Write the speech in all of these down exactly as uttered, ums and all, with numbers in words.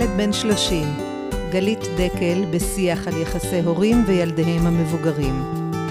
בן שלושים, גלית דקל בשיח על יחסי הורים וילדיהם המבוגרים.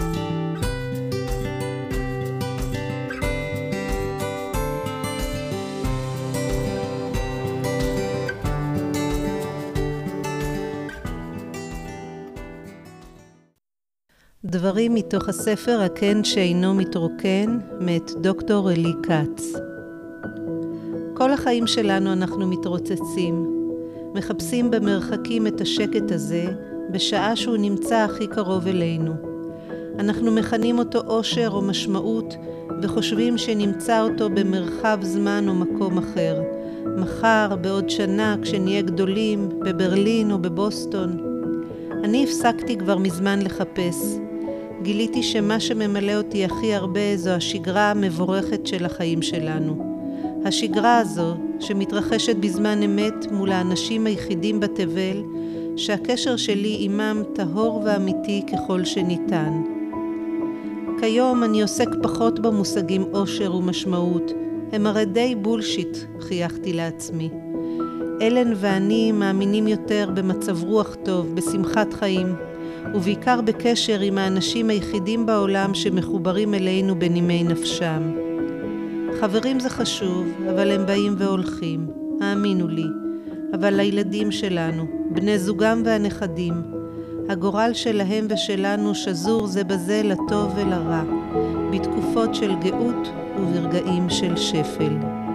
דברים מתוך הספר הכן שאינו מתרוקן, מאת דוקטור אלי כץ. כל החיים שלנו אנחנו מתרוצצים, מחפשים במרחקים את השקט הזה, בשעה שהוא נמצא הכי קרוב אלינו. אנחנו מכנים אותו אושר או משמעות, וחושבים שנמצא אותו במרחב זמן או מקום אחר. מחר, בעוד שנה, כשנהיה גדולים, בברלין או בבוסטון. אני הפסקתי כבר מזמן לחפש. גיליתי שמה שממלא אותי הכי הרבה זו השגרה המבורכת של החיים שלנו. השגרה הזו שמתרחשת בזמן אמת מול האנשים היחידים בתבל, שהקשר שלי עמם טהור ואמיתי ככל שניתן. כיום אני עוסק פחות במושגים אושר ומשמעות, הם הרי די בולשיט, חייכתי לעצמי. אלן ואני מאמינים יותר במצב רוח טוב, בשמחת חיים, ובעיקר בקשר עם האנשים היחידים בעולם שמחוברים אלינו בנימי נפשם. חברים זה חשוב, אבל הם באים והולכים, האמינו לי. אבל לילדים שלנו, בני זוגם והנכדים, הגורל שלהם ושלנו שזור זה בזה לטוב ולרע, בתקופות של גאות וברגעים של שפל.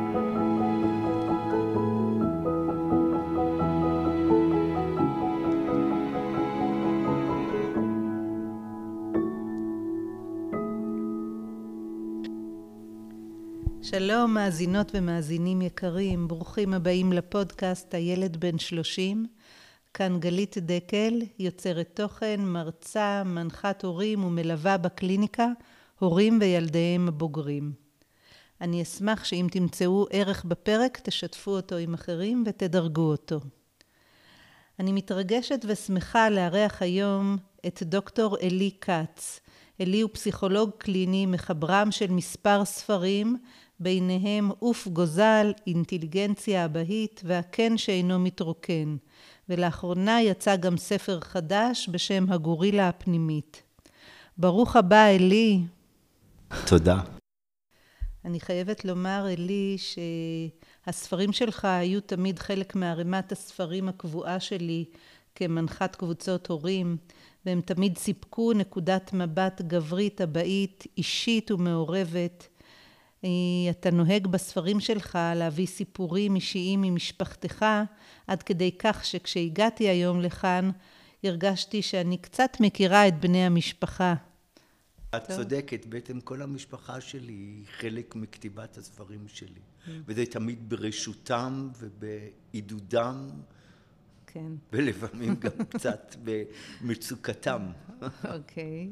שלום מאזינות ומאזינים יקרים, ברוכים הבאים לפודקאסט הילד בן שלושים. כאן גלית דקל, יוצרת תוכן, מרצה, מנחת הורים ומלווה בקליניקה, הורים וילדיהם הבוגרים. אני אשמח שאם תמצאו ערך בפרק, תשתפו אותו עם אחרים ותדרגו אותו. אני מתרגשת ושמחה לארח היום את דוקטור אלי כץ. אלי הוא פסיכולוג קליני, מחברם של מספר ספרים, ביניהם אוף גוזל, אינטליגנציה אבהית והכן שאינו מתרוקן. ולאחרונה יצא גם ספר חדש בשם הגורילה הפנימית. ברוך הבא אלי. תודה. אני חייבת לומר אלי שהספרים שלך היו תמיד חלק מערימת הספרים הקבועה שלי כמנחת קבוצות הורים, והם תמיד סיפקו נקודת מבט גברית, אבהית, אישית ומעורבת. אתה נוהג בספרים שלך להביא סיפורים אישיים ממשפחתך, עד כדי כך שכשהגעתי היום לכאן, הרגשתי שאני קצת מכירה את בני המשפחה. את צודקת, בעצם כל המשפחה שלי היא חלק מכתיבת הספרים שלי. וזה תמיד ברשותם ובעידודם. כן. ולפעמים גם קצת במצוקתם. אוקיי.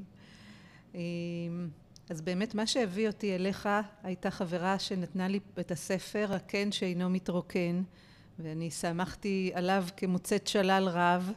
אז באמת מה שהביא אותי אליך הייתה חברה שנתנה לי את הספר הכן שאינו מתרוקן, ואני שמחתי עליו כמוצאת שלל רב.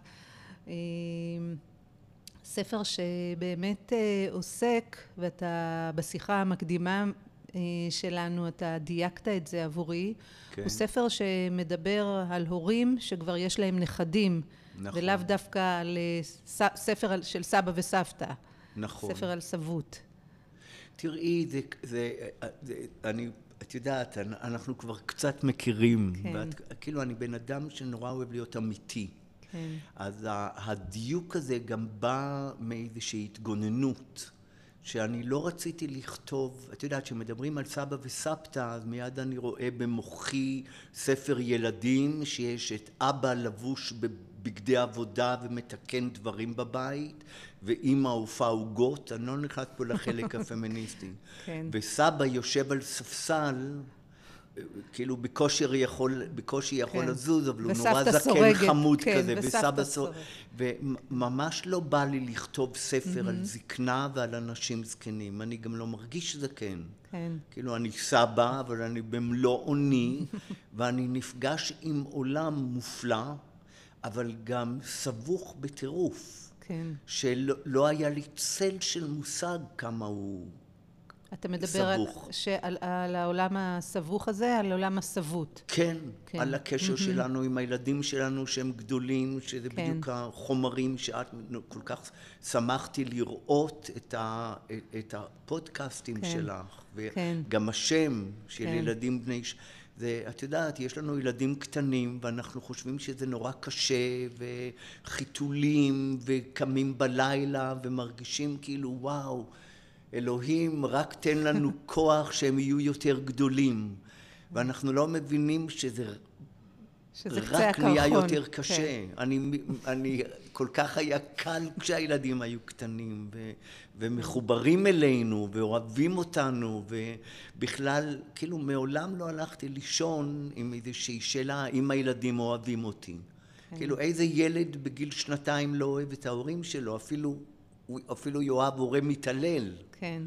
ספר שבאמת עוסק, ואתה בשיחה המקדימה שלנו אתה דייקת את זה עבורי, כן. הוא ספר שמדבר על הורים שכבר יש להם נכדים, נכון. ולאו דווקא על ספר של סבא וסבתא, נכון. ספר על סבות. תראי, זה, זה, זה, אני, את יודעת, אנחנו כבר קצת מכירים, כן. ואת, כאילו אני בן אדם שנורא אוהב להיות אמיתי. כן. אז הדיוק הזה גם בא מאיזושהי התגוננות, שאני לא רציתי לכתוב, את יודעת, שמדברים על סבא וסבתא, אז מיד אני רואה במוחי ספר ילדים, שיש את אבא לבוש בבגדי עבודה ומתקן דברים בבית, ואמא עופה עוגות, אני לא נכנס פה לחלק הפמיניסטי. כן. וסבא יושב על ספסל, כאילו בקושי יכול, בקושי יכול כן. לזוז, אבל הוא נורא זקן סורגת. חמוד כן, כזה, וסבא סורגת. וממש לא בא לי לכתוב ספר mm-hmm. על זקנה ועל אנשים זקנים. אני גם לא מרגיש זקן. כן. כאילו אני סבא, אבל אני במלוא עוני, ואני נפגש עם עולם מופלא, אבל גם סבוך בטירוף. כן. שלא לא היה לי צל של מושג כמה הוא אתה מדבר על, שעל, על העולם הסבוך הזה, על העולם הסבוט. כן, כן. על הקשר mm-hmm. שלנו עם הילדים שלנו שהם גדולים, שזה כן. בדיוק החומרים שאת כל כך שמחתי לראות את, ה, את הפודקאסטים כן. שלך. כן. וגם השם של כן. ילדים בני... זה, את יודעת, יש לנו ילדים קטנים ואנחנו חושבים שזה נורא קשה וחיתולים וקמים בלילה ומרגישים כאילו וואו, אלוהים רק תן לנו כוח שהם יהיו יותר גדולים ואנחנו לא מבינים שזה, שזה רק נהיה יותר קשה. כן. אני, אני כל כך היה קל כשהילדים היו קטנים ו, ומחוברים אלינו ואוהבים אותנו ובכלל כאילו מעולם לא הלכתי לישון עם איזושהי שאלה אם הילדים אוהבים אותי. כן. כאילו איזה ילד בגיל שנתיים לא אוהב את ההורים שלו, אפילו, אפילו יואב הורה מתעלל. כן.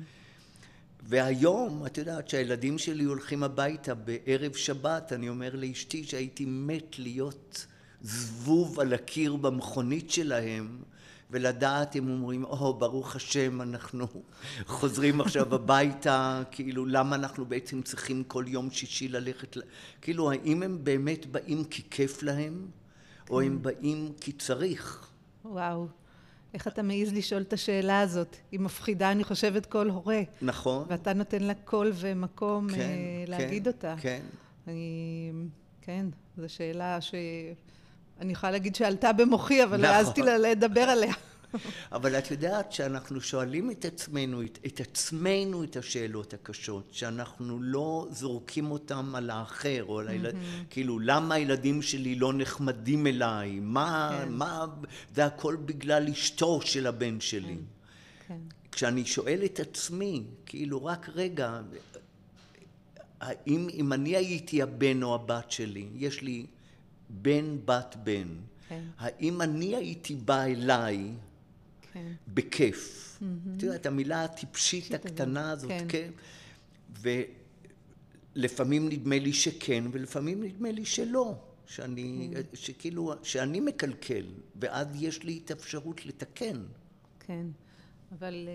והיום, את יודעת, שהילדים שלי הולכים הביתה בערב שבת, אני אומר לאשתי שהייתי מת להיות זבוב על הקיר במכונית שלהם, ולדעת הם אומרים, או, ברוך השם, אנחנו חוזרים עכשיו הביתה, כאילו, למה אנחנו בעצם צריכים כל יום שישי ללכת, כאילו, האם הם באמת באים כי כיף להם, או הם באים כי צריך? וואו. איך אתה מעיז לשאול את השאלה הזאת? היא מפחידה, אני חושבת, כל הורה. נכון. ואתה נותן לה קול ומקום כן, להגיד כן, אותה. כן. אני, כן, זו שאלה שאני יכולה להגיד שעלתה במוחי, אבל נכון. העזתי לה לדבר עליה. אבל את יודעת שאנחנו שואלים את עצמנו, את, את עצמנו את השאלות הקשות, שאנחנו לא זורקים אותם על האחר, או על הילד, כאילו, למה הילדים שלי לא נחמדים אליי? מה, כן. מה, זה הכל בגלל אשתו של הבן שלי. כן. כן. כשאני שואל את עצמי, כאילו, רק רגע, האם, אם אני הייתי הבן או הבת שלי, יש לי בן, בת, בן, כן. האם אני הייתי בא אליי, כן. בכיף. Mm-hmm. תראה, את המילה הטיפשית הקטנה הזאת, כן. כן. ולפעמים נדמה לי שכן, ולפעמים נדמה לי שלא. שאני, כן. שכאילו, שאני מקלקל, ואז יש לי את האפשרות לתקן. כן, אבל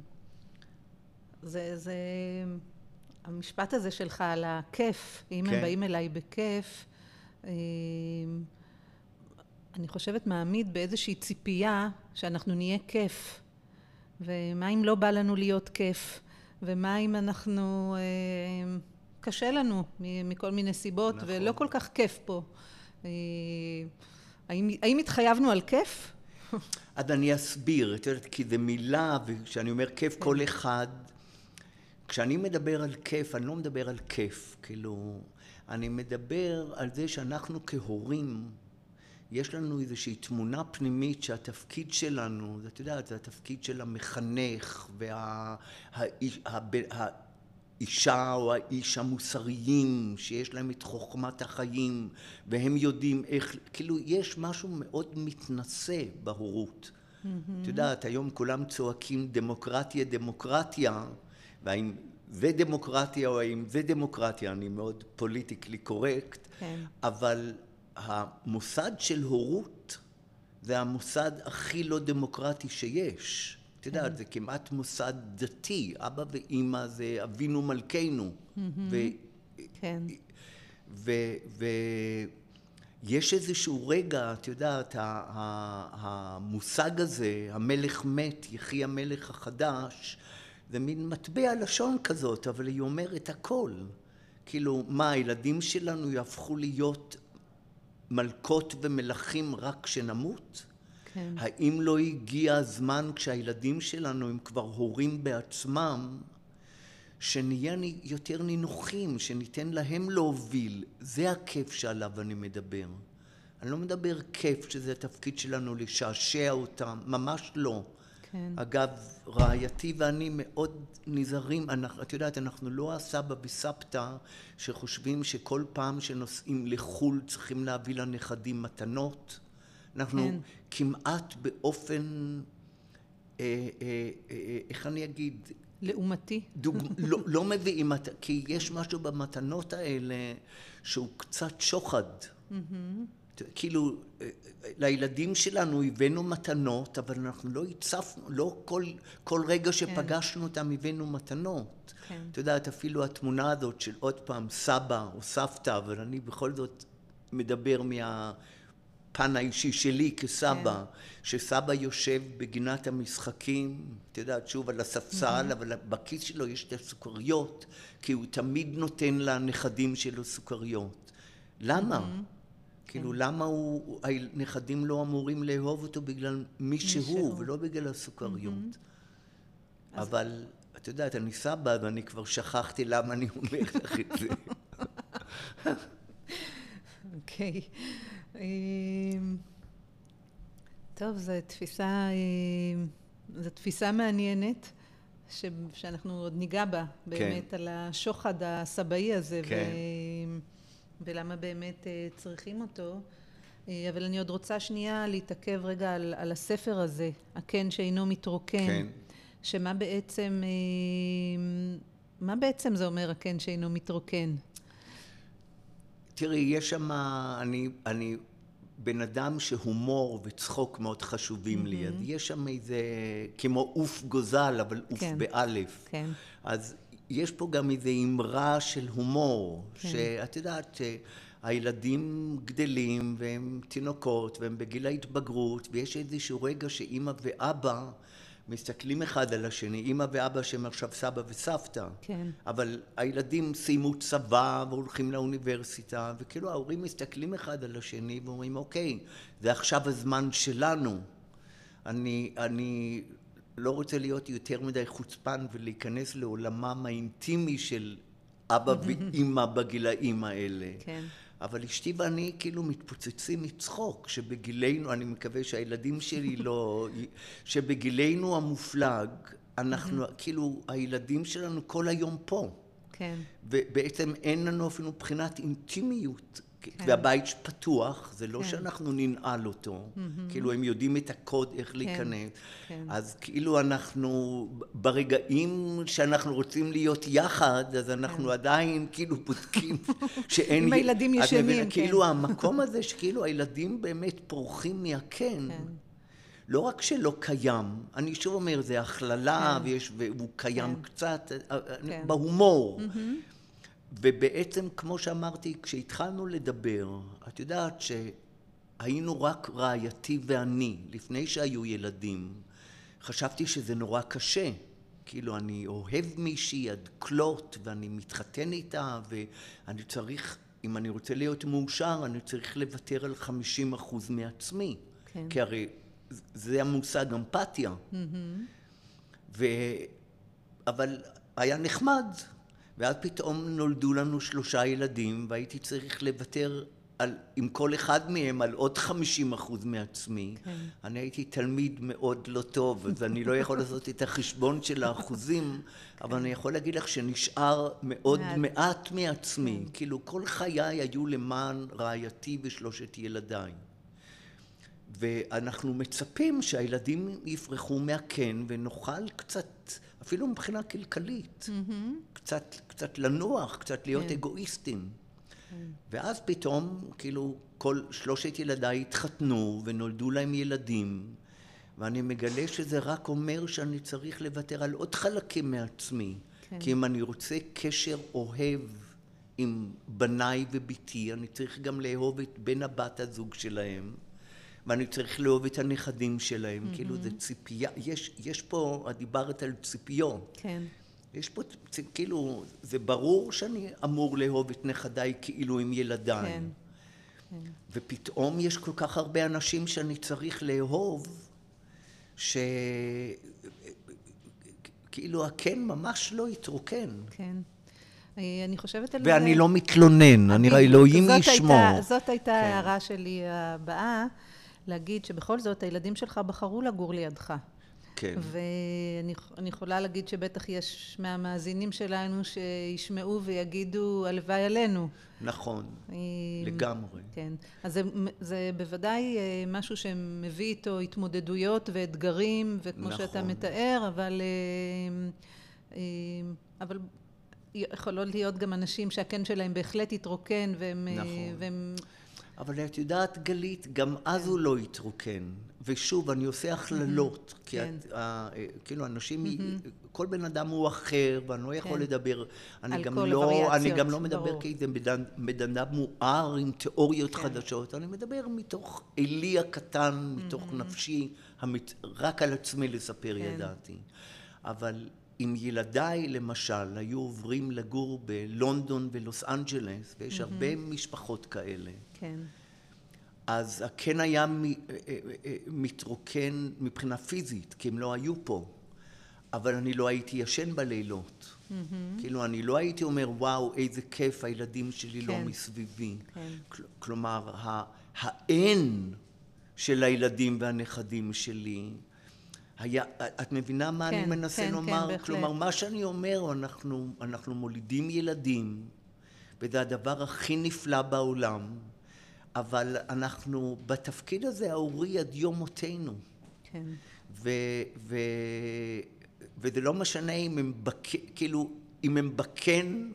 זה, זה, המשפט הזה שלך על הכיף, אם כן. הם באים אליי בכיף, אני חושבת מעמיד באיזושהי ציפייה שאנחנו נהיה כיף. ומה אם לא בא לנו להיות כיף? ומה אם אנחנו, אה, קשה לנו מכל מיני סיבות, נכון. ולא כל כך כיף פה. אה, האם, האם התחייבנו על כיף? אז אני אסביר, את יודעת, כי זה מילה, וכשאני אומר כיף כן. כל אחד, כשאני מדבר על כיף, אני לא מדבר על כיף, כאילו, אני מדבר על זה שאנחנו כהורים, יש לנו איזושהי תמונה פנימית שהתפקיד שלנו, את יודעת, זה התפקיד של המחנך והאישה או האיש המוסריים שיש להם את חוכמת החיים והם יודעים איך, כאילו יש משהו מאוד מתנשא בהורות. את יודעת, היום כולם צועקים דמוקרטיה, דמוקרטיה, והאם זה דמוקרטיה או האם זה דמוקרטיה, אני מאוד פוליטיקלי קורקט, אבל המוסד של הורות זה המוסד הכי לא דמוקרטי שיש. את יודעת, זה כמעט מוסד דתי. אבא ואמא זה אבינו מלכנו. כן. ויש איזשהו רגע, את יודעת, המושג הזה, המלך מת, יחי המלך החדש, זה מין מטבע לשון כזאת, אבל היא אומרת הכל. כאילו, מה, הילדים שלנו יהפכו להיות מלכות ומלכים רק כשנמות? כן. האם לא הגיע הזמן כשהילדים שלנו הם כבר הורים בעצמם, שנהיה יותר נינוחים, שניתן להם להוביל? זה הכיף שעליו אני מדבר. אני לא מדבר כיף שזה התפקיד שלנו לשעשע אותם, ממש לא. כן. אגב, רעייתי ואני מאוד נזהרים, אנחנו, את יודעת, אנחנו לא הסבא וסבתא שחושבים שכל פעם שנוסעים לחול צריכים להביא לנכדים מתנות. אנחנו כן. כמעט באופן, אה, אה, אה, איך אני אגיד? לעומתי. דוג, לא, לא מביאים, כי יש משהו במתנות האלה שהוא קצת שוחד. Mm-hmm. כאילו, לילדים שלנו הבאנו מתנות, אבל אנחנו לא הצפנו, לא כל, כל רגע שפגשנו אותם הבאנו מתנות. כן. אתה יודעת, אפילו התמונה הזאת של עוד פעם סבא או סבתא, אבל אני בכל זאת מדבר מהפן האישי שלי כסבא, כן. שסבא יושב בגינת המשחקים, אתה יודעת, שוב על הספסל, mm-hmm. אבל בכיס שלו יש את הסוכריות, כי הוא תמיד נותן לנכדים שלו סוכריות. למה? Mm-hmm. כאילו, למה הוא, הנכדים לא אמורים לאהוב אותו בגלל מי שהוא, ולא בגלל הסוכריות. אבל, את יודעת, אני סבא, ואני כבר שכחתי למה אני אומר לך את זה. אוקיי. טוב, זו תפיסה, זו תפיסה מעניינת, שאנחנו עוד ניגע בה, באמת, על השוחד הסבאי הזה. כן. ולמה באמת צריכים אותו. אבל אני עוד רוצה שנייה להתעכב רגע על, על הספר הזה, הקן שאינו מתרוקן. כן. שמה בעצם, מה בעצם זה אומר הקן שאינו מתרוקן? תראי, יש שם, אני, אני בן אדם שהומור וצחוק מאוד חשובים mm-hmm. לי, אז יש שם איזה, כמו אוף גוזל, אבל אוף כן. באלף. כן. אז יש פה גם איזו אמרה של הומור, כן. שאת יודעת שהילדים גדלים והם תינוקות והם בגיל ההתבגרות, ויש איזשהו רגע שאמא ואבא מסתכלים אחד על השני, אמא ואבא שהם עכשיו סבא וסבתא, כן. אבל הילדים סיימו צבא והולכים לאוניברסיטה, וכאילו ההורים מסתכלים אחד על השני ואומרים, אוקיי, זה עכשיו הזמן שלנו. אני, אני לא רוצה להיות יותר מדי חוצפן ולהיכנס לעולמם האינטימי של אבא ואמא בגילאים האלה. כן. אבל אשתי ואני כאילו מתפוצצים מצחוק, שבגילנו, אני מקווה שהילדים שלי לא, שבגילנו המופלג, אנחנו, כאילו, הילדים שלנו כל היום פה. כן. ובעצם אין לנו אפילו מבחינת אינטימיות. כן. והבית פתוח, זה לא כן. שאנחנו ננעל אותו, mm-hmm. כאילו הם יודעים את הקוד איך כן. להיכנס, כן. אז כאילו אנחנו ברגעים שאנחנו רוצים להיות יחד, אז אנחנו כן. עדיין כאילו בודקים שאין... עם הילדים ישנים, מבינה, כן. כאילו המקום הזה שכאילו הילדים באמת פורחים מהקן, כן. לא רק שלא קיים, אני שוב אומר, זה הכללה, כן. ויש, והוא קיים כן. קצת, כן. בהומור. Mm-hmm. ובעצם, כמו שאמרתי, כשהתחלנו לדבר, את יודעת שהיינו רק רעייתי ואני, לפני שהיו ילדים, חשבתי שזה נורא קשה. כאילו, אני אוהב מישהי עד כלות, ואני מתחתן איתה, ואני צריך, אם אני רוצה להיות מאושר, אני צריך לוותר על חמישים אחוז מעצמי. כן. כי הרי זה המושג אמפתיה. Mm-hmm. ו... אבל היה נחמד. ואז פתאום נולדו לנו שלושה ילדים, והייתי צריך לוותר על, עם כל אחד מהם על עוד חמישים אחוז מעצמי. כן. אני הייתי תלמיד מאוד לא טוב, אז אני לא יכול לעשות את החשבון של האחוזים, כן. אבל אני יכול להגיד לך שנשאר מאוד מעט, מעט מעצמי. כן. כאילו כל חיי היו למען רעייתי ושלושת ילדיי. ואנחנו מצפים שהילדים יפרחו מהקן ונוכל קצת, אפילו מבחינה כלכלית, mm-hmm. קצת, קצת לנוח, קצת להיות כן. אגואיסטים. כן. ואז פתאום, כאילו, כל שלושת ילדיי התחתנו ונולדו להם ילדים, ואני מגלה שזה רק אומר שאני צריך לוותר על עוד חלקים מעצמי. כן. כי אם אני רוצה קשר אוהב עם בניי וביתי, אני צריך גם לאהוב את בן הבת הזוג שלהם. ואני צריך לאהוב את הנכדים שלהם, mm-hmm. כאילו זה ציפייה, יש, יש פה, את דיברת על ציפיות. כן. יש פה, כאילו, זה ברור שאני אמור לאהוב את נכדיי כאילו עם ילדיי. כן. כן. ופתאום יש כל כך הרבה אנשים שאני צריך לאהוב, ש... כאילו, הקן ממש לא יתרוקן. כן. אני חושבת על ואני זה... לא מתלונן, אני רואה, אלוהים ישמור. זאת הייתה כן. ההערה שלי הבאה. להגיד שבכל זאת הילדים שלך בחרו לגור לידך. כן. ואני יכולה להגיד שבטח יש מהמאזינים שלנו שישמעו ויגידו הלוואי עלינו. נכון, לגמרי. כן. אז זה, זה בוודאי משהו שמביא איתו התמודדויות ואתגרים, וכמו נכון. שאתה מתאר, אבל, אבל יכולות להיות גם אנשים שהקן שלהם בהחלט יתרוקן, והם... נכון. והם אבל את יודעת, גלית, גם אז הוא לא יתרוקן. ושוב, אני עושה הכללות, כי כאילו אנשים, כל בן אדם הוא אחר, ואני לא יכול לדבר, אני גם לא מדבר כאיזה בן אדם מואר עם תיאוריות חדשות, אני מדבר מתוך אלי הקטן, מתוך נפשי, רק על עצמי לספר ידעתי. אבל אם ילדיי, למשל, היו עוברים לגור בלונדון ולוס אנג'לס, ויש הרבה משפחות כאלה, כן. אז כן היה מתרוקן מבחינה פיזית, כי הם לא היו פה, אבל אני לא הייתי ישן בלילות. Mm-hmm. כאילו, אני לא הייתי אומר, וואו, איזה כיף, הילדים שלי כן. לא מסביבי. כן. כלומר, האין של הילדים והנכדים שלי, היה, את מבינה מה כן, אני מנסה כן, לומר? כן, כלומר, מה שאני אומר, אנחנו, אנחנו מולידים ילדים, וזה הדבר הכי נפלא בעולם, אבל אנחנו בתפקיד הזה ההורי עד יום מותנו. כן. ו, ו, וזה לא משנה אם הם בק, כאילו, אם הם בקן,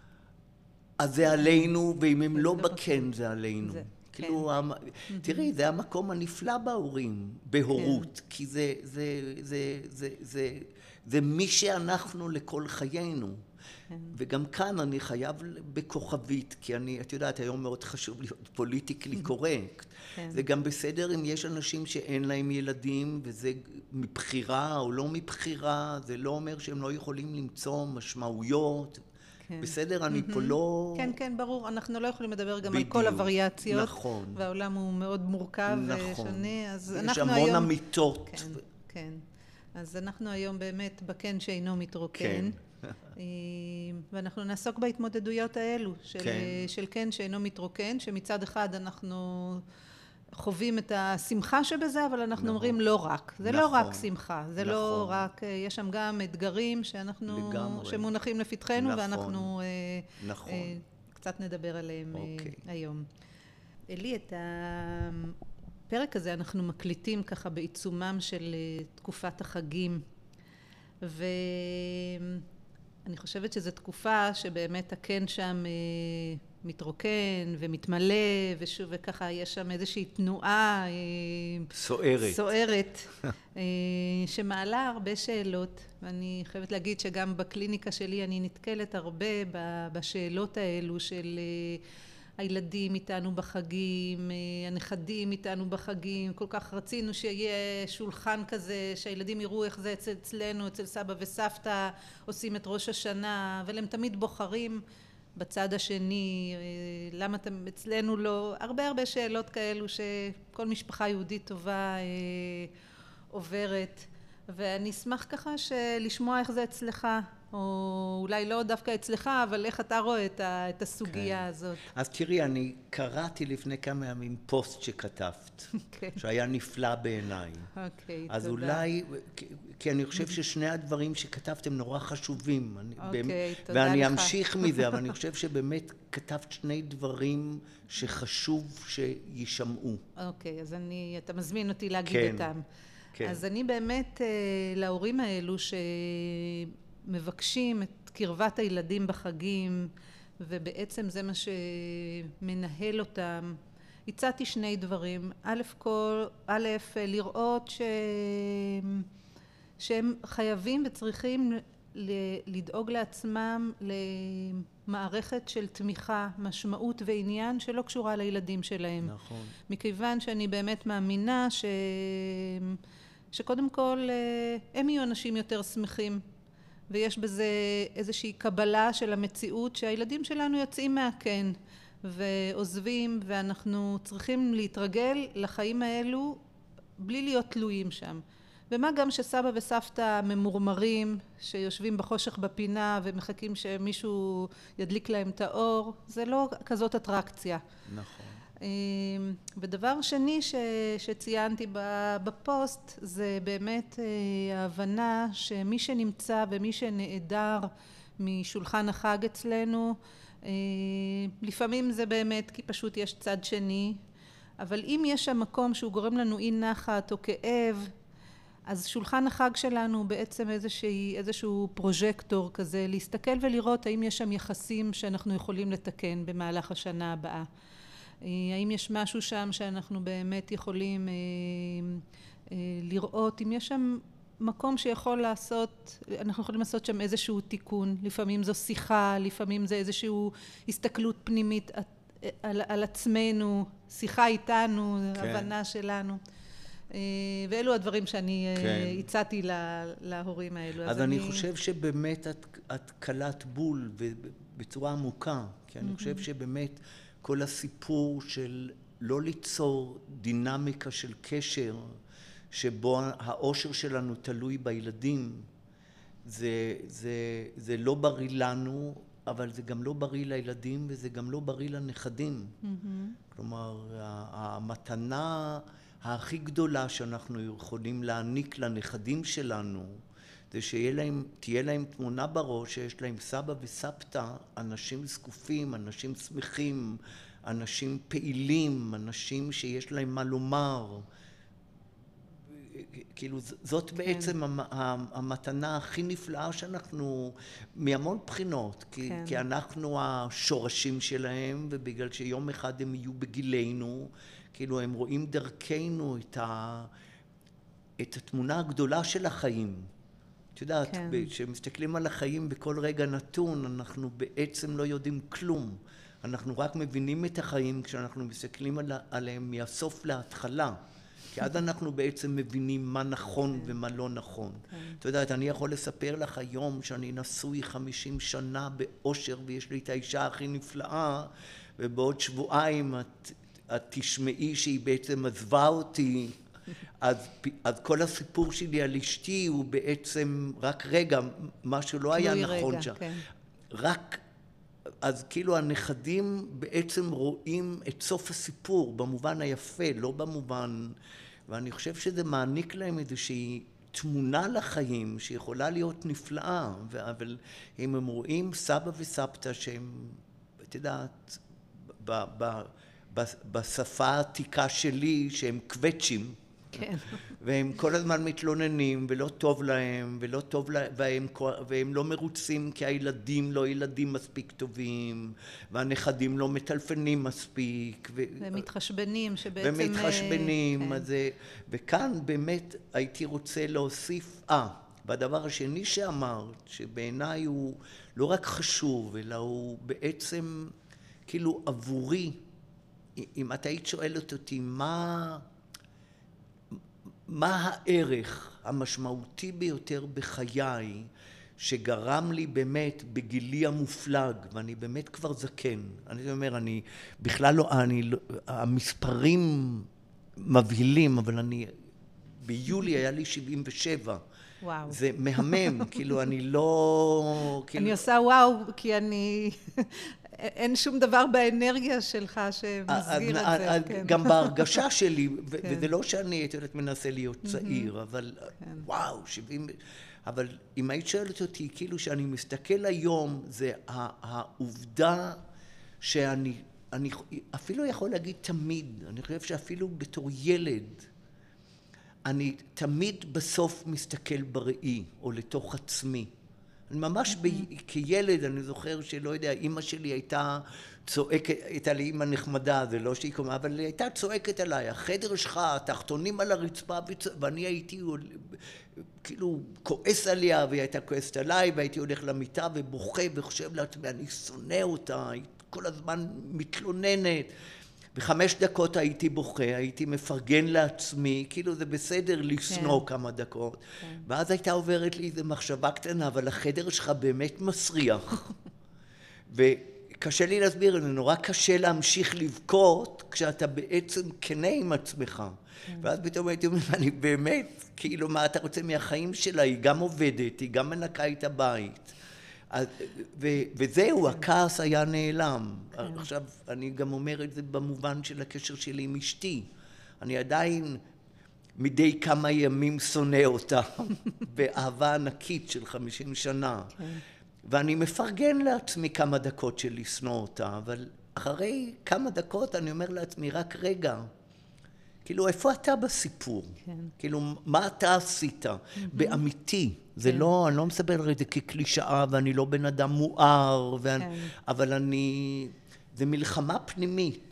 אז זה עלינו, ואם הם לא בקן, זה עלינו. זה. כאילו, כן. תראי, זה המקום הנפלא בהורים, בהורות, כן. כי זה, זה, זה, זה, זה, זה מי שאנחנו לכל חיינו. כן. וגם כאן אני חייב בכוכבית, כי אני, את יודעת, היום מאוד חשוב להיות פוליטיקלי קורקט. כן. זה גם בסדר אם יש אנשים שאין להם ילדים, וזה מבחירה או לא מבחירה, זה לא אומר שהם לא יכולים למצוא משמעויות. כן. בסדר, אני mm-hmm. פה לא... כן, כן, ברור. אנחנו לא יכולים לדבר גם בדיוק. על כל הווריאציות. נכון. והעולם הוא מאוד מורכב נכון. ושונה, אז אנחנו היום... יש המון אמיתות. כן, כן. אז אנחנו היום באמת בקן שאינו מתרוקן. כן. ואנחנו נעסוק בהתמודדויות האלו של כן, של כן שאינו מתרוקן, שמצד אחד אנחנו חווים את השמחה שבזה, אבל אנחנו נכון. אומרים לא רק. זה נכון. לא רק שמחה, זה נכון. לא רק, יש שם גם אתגרים שאנחנו, לגמרי. שמונחים לפתחנו, נכון. ואנחנו נכון. אה, קצת נדבר עליהם אוקיי. היום. אלי, את הפרק הזה אנחנו מקליטים ככה בעיצומם של תקופת החגים, ו... אני חושבת שזו תקופה שבאמת הקן שם אה, מתרוקן ומתמלא, ושוב, וככה יש שם איזושהי תנועה אה, סוערת, סוערת אה, שמעלה הרבה שאלות, ואני חייבת להגיד שגם בקליניקה שלי אני נתקלת הרבה בשאלות האלו של אה, הילדים איתנו בחגים, הנכדים איתנו בחגים, כל כך רצינו שיהיה שולחן כזה, שהילדים יראו איך זה אצל, אצלנו, אצל סבא וסבתא, עושים את ראש השנה, אבל הם תמיד בוחרים בצד השני, למה אתם אצלנו לא, הרבה הרבה שאלות כאלו שכל משפחה יהודית טובה אה, עוברת, ואני אשמח ככה לשמוע איך זה אצלך, או אולי לא דווקא אצלך, אבל איך אתה רואה את, ה, את הסוגיה כן. הזאת? אז תראי, אני קראתי לפני כמה ימים פוסט שכתבת, okay. שהיה נפלא בעיניי. אוקיי, אז תודה. אולי, כי אני חושב ששני הדברים שכתבת הם נורא חשובים. אוקיי, באמת, תודה ואני לך. ואני אמשיך מזה, אבל אני חושב שבאמת כתבת שני דברים שחשוב שישמעו. אוקיי, אז אני, אתה מזמין אותי להגיד כן, אותם. כן. אז אני באמת, להורים האלו ש... מבקשים את קרבת הילדים בחגים, ובעצם זה מה שמנהל אותם. הצעתי שני דברים. א' כל, א', לראות ש... שהם חייבים וצריכים לדאוג לעצמם למערכת של תמיכה, משמעות ועניין שלא קשורה לילדים שלהם. נכון. מכיוון שאני באמת מאמינה ש... שקודם כל הם יהיו אנשים יותר שמחים. ויש בזה איזושהי קבלה של המציאות שהילדים שלנו יוצאים מהקן ועוזבים, ואנחנו צריכים להתרגל לחיים האלו בלי להיות תלויים שם. ומה גם שסבא וסבתא ממורמרים, שיושבים בחושך בפינה ומחכים שמישהו ידליק להם את האור, זה לא כזאת אטרקציה. נכון. ודבר שני ש, שציינתי בפוסט זה באמת ההבנה שמי שנמצא ומי שנעדר משולחן החג אצלנו, לפעמים זה באמת כי פשוט יש צד שני, אבל אם יש שם מקום שהוא גורם לנו אי נחת או כאב, אז שולחן החג שלנו הוא בעצם איזושהי, איזשהו פרוז'קטור כזה, להסתכל ולראות האם יש שם יחסים שאנחנו יכולים לתקן במהלך השנה הבאה. האם יש משהו שם שאנחנו באמת יכולים אה, אה, לראות, אם יש שם מקום שיכול לעשות, אנחנו יכולים לעשות שם איזשהו תיקון, לפעמים זו שיחה, לפעמים זה איזשהו הסתכלות פנימית על, על עצמנו, שיחה איתנו, כן. הבנה שלנו. ואלו הדברים שאני כן. הצעתי לה, להורים האלו. אז, אז אני, אני חושב שבאמת את, את קלת בול בצורה עמוקה, כי אני mm-hmm. חושב שבאמת כל הסיפור של לא ליצור דינמיקה של קשר, שבו האושר שלנו תלוי בילדים, זה, זה, זה לא בריא לנו, אבל זה גם לא בריא לילדים, וזה גם לא בריא לנכדים. Mm-hmm. כלומר, המתנה הכי גדולה שאנחנו יכולים להעניק לנכדים שלנו, זה שתהיה להם, תהיה להם תמונה בראש שיש להם סבא וסבתא, אנשים זקופים, אנשים שמחים, אנשים פעילים, אנשים שיש להם מה לומר. כאילו זאת בעצם המתנה הכי נפלאה שאנחנו, מהמון בחינות, כי, כי אנחנו השורשים שלהם, ובגלל שיום אחד הם יהיו בגילנו, כאילו הם רואים דרכנו את, ה, את התמונה הגדולה של החיים. את יודעת, כן. כשמסתכלים על החיים בכל רגע נתון, אנחנו בעצם לא יודעים כלום. אנחנו רק מבינים את החיים כשאנחנו מסתכלים על, עליהם מהסוף להתחלה. כי אז אנחנו בעצם מבינים מה נכון ומה לא נכון. את יודעת, אני יכול לספר לך היום שאני נשוי חמישים שנה באושר ויש לי את האישה הכי נפלאה, ובעוד שבועיים את, את תשמעי שהיא בעצם עזבה אותי, אז, אז כל הסיפור שלי על אשתי הוא בעצם רק רגע, משהו לא היה נכון שם. רק, אז כאילו הנכדים בעצם רואים את סוף הסיפור במובן היפה, לא במובן, ואני חושב שזה מעניק להם איזושהי תמונה לחיים שיכולה להיות נפלאה, אבל אם הם רואים סבא וסבתא שהם, את יודעת, ב, ב, ב, בשפה העתיקה שלי שהם קווצ'ים, כן. והם כל הזמן מתלוננים ולא טוב להם ולא טוב להם והם, והם לא מרוצים כי הילדים לא ילדים מספיק טובים והנכדים לא מטלפנים מספיק ו... ומתחשבנים שבעצם ומתחשבנים כן. אז, וכאן באמת הייתי רוצה להוסיף אה והדבר השני שאמרת שבעיניי הוא לא רק חשוב אלא הוא בעצם כאילו עבורי אם את היית שואלת אותי מה מה הערך המשמעותי ביותר בחיי שגרם לי באמת בגילי המופלג, ואני באמת כבר זקן. אני אומר, אני בכלל לא, אני, המספרים מבהילים, אבל אני, ביולי היה לי שבעים ושבע. וואו. זה מהמם, כאילו אני לא... כאילו... אני עושה וואו, כי אני... אין שום דבר באנרגיה שלך שמסגיר את זה. גם בהרגשה שלי, וזה לא שאני הייתי יודעת מנסה להיות צעיר, אבל וואו, שבעים... אבל אם היית שואלת אותי, כאילו שאני מסתכל היום, זה העובדה שאני אפילו יכול להגיד תמיד, אני חושב שאפילו בתור ילד, אני תמיד בסוף מסתכל בראי, או לתוך עצמי. אני ממש ב... כילד, אני זוכר שלא יודע, אמא שלי הייתה צועקת, הייתה לי אמא נחמדה, זה לא שהיא קומה, אבל היא הייתה צועקת עליי, החדר שלך, התחתונים על הרצפה, ואני הייתי כאילו כועס עליה, והיא הייתה כועסת עליי, והייתי הולך למיטה ובוכה וחושב לעצמי, אני שונא אותה, היא כל הזמן מתלוננת. בחמש דקות הייתי בוכה, הייתי מפרגן לעצמי, כאילו זה בסדר לשנוא כמה דקות. ואז הייתה עוברת לי איזו מחשבה קטנה, אבל החדר שלך באמת מסריח. וקשה לי להסביר, זה נורא קשה להמשיך לבכות, כשאתה בעצם כנה עם עצמך. ואז פתאום הייתי אומר, אני באמת, כאילו מה אתה רוצה מהחיים שלה, היא גם עובדת, היא גם מנקה את הבית. וזהו, הכעס היה נעלם. עכשיו, אני גם אומר את זה במובן של הקשר שלי עם אשתי. אני עדיין מדי כמה ימים שונא אותה, באהבה ענקית של חמישים שנה. ואני מפרגן לעצמי כמה דקות של לשנוא אותה, אבל אחרי כמה דקות אני אומר לעצמי, רק רגע, כאילו, איפה אתה בסיפור? כאילו, מה אתה עשית? באמיתי. זה לא, אני לא מספר את זה כקלישאה, ואני לא בן אדם מואר, אבל אני, זה מלחמה פנימית.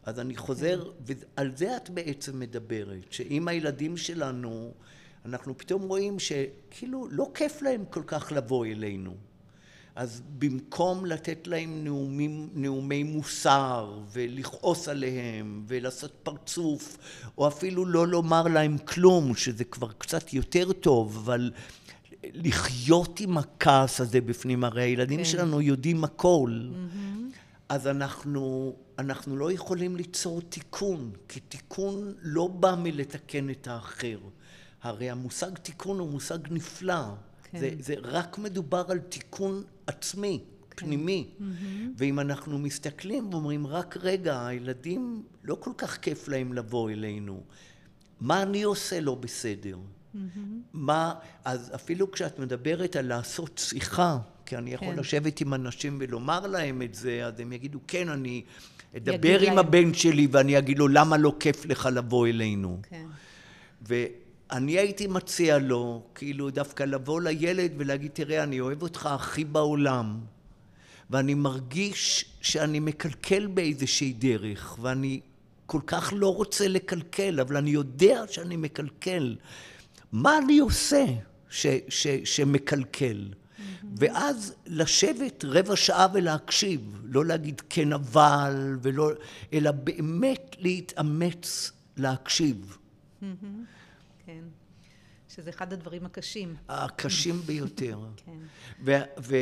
אז אני חוזר, ועל זה את בעצם מדברת, שאם הילדים שלנו, אנחנו פתאום רואים שכאילו לא כיף להם כל כך לבוא אלינו. אז במקום לתת להם נאומים, נאומי מוסר ולכעוס עליהם ולעשות פרצוף, או אפילו לא לומר להם כלום, שזה כבר קצת יותר טוב, אבל לחיות עם הכעס הזה בפנים, הרי הילדים כן. שלנו יודעים הכל, mm-hmm. אז אנחנו, אנחנו לא יכולים ליצור תיקון, כי תיקון לא בא מלתקן את האחר. הרי המושג תיקון הוא מושג נפלא. כן. זה, זה רק מדובר על תיקון עצמי, כן. פנימי. Mm-hmm. ואם אנחנו מסתכלים ואומרים, רק רגע, הילדים לא כל כך כיף להם לבוא אלינו. מה אני עושה לא בסדר? Mm-hmm. מה, אז אפילו כשאת מדברת על לעשות שיחה, כי אני יכול כן. לשבת עם אנשים ולומר להם את זה, אז הם יגידו, כן, אני אדבר עם להם. הבן שלי ואני אגיד לו, למה לא כיף לך לבוא אלינו? כן. ו... אני הייתי מציע לו, כאילו דווקא לבוא לילד ולהגיד, תראה, אני אוהב אותך הכי בעולם, ואני מרגיש שאני מקלקל באיזושהי דרך, ואני כל כך לא רוצה לקלקל, אבל אני יודע שאני מקלקל. מה אני עושה ש, ש, שמקלקל? Mm-hmm. ואז לשבת רבע שעה ולהקשיב, לא להגיד כן אבל, ולא, אלא באמת להתאמץ להקשיב. Mm-hmm. כן, שזה אחד הדברים הקשים. הקשים ביותר. כן.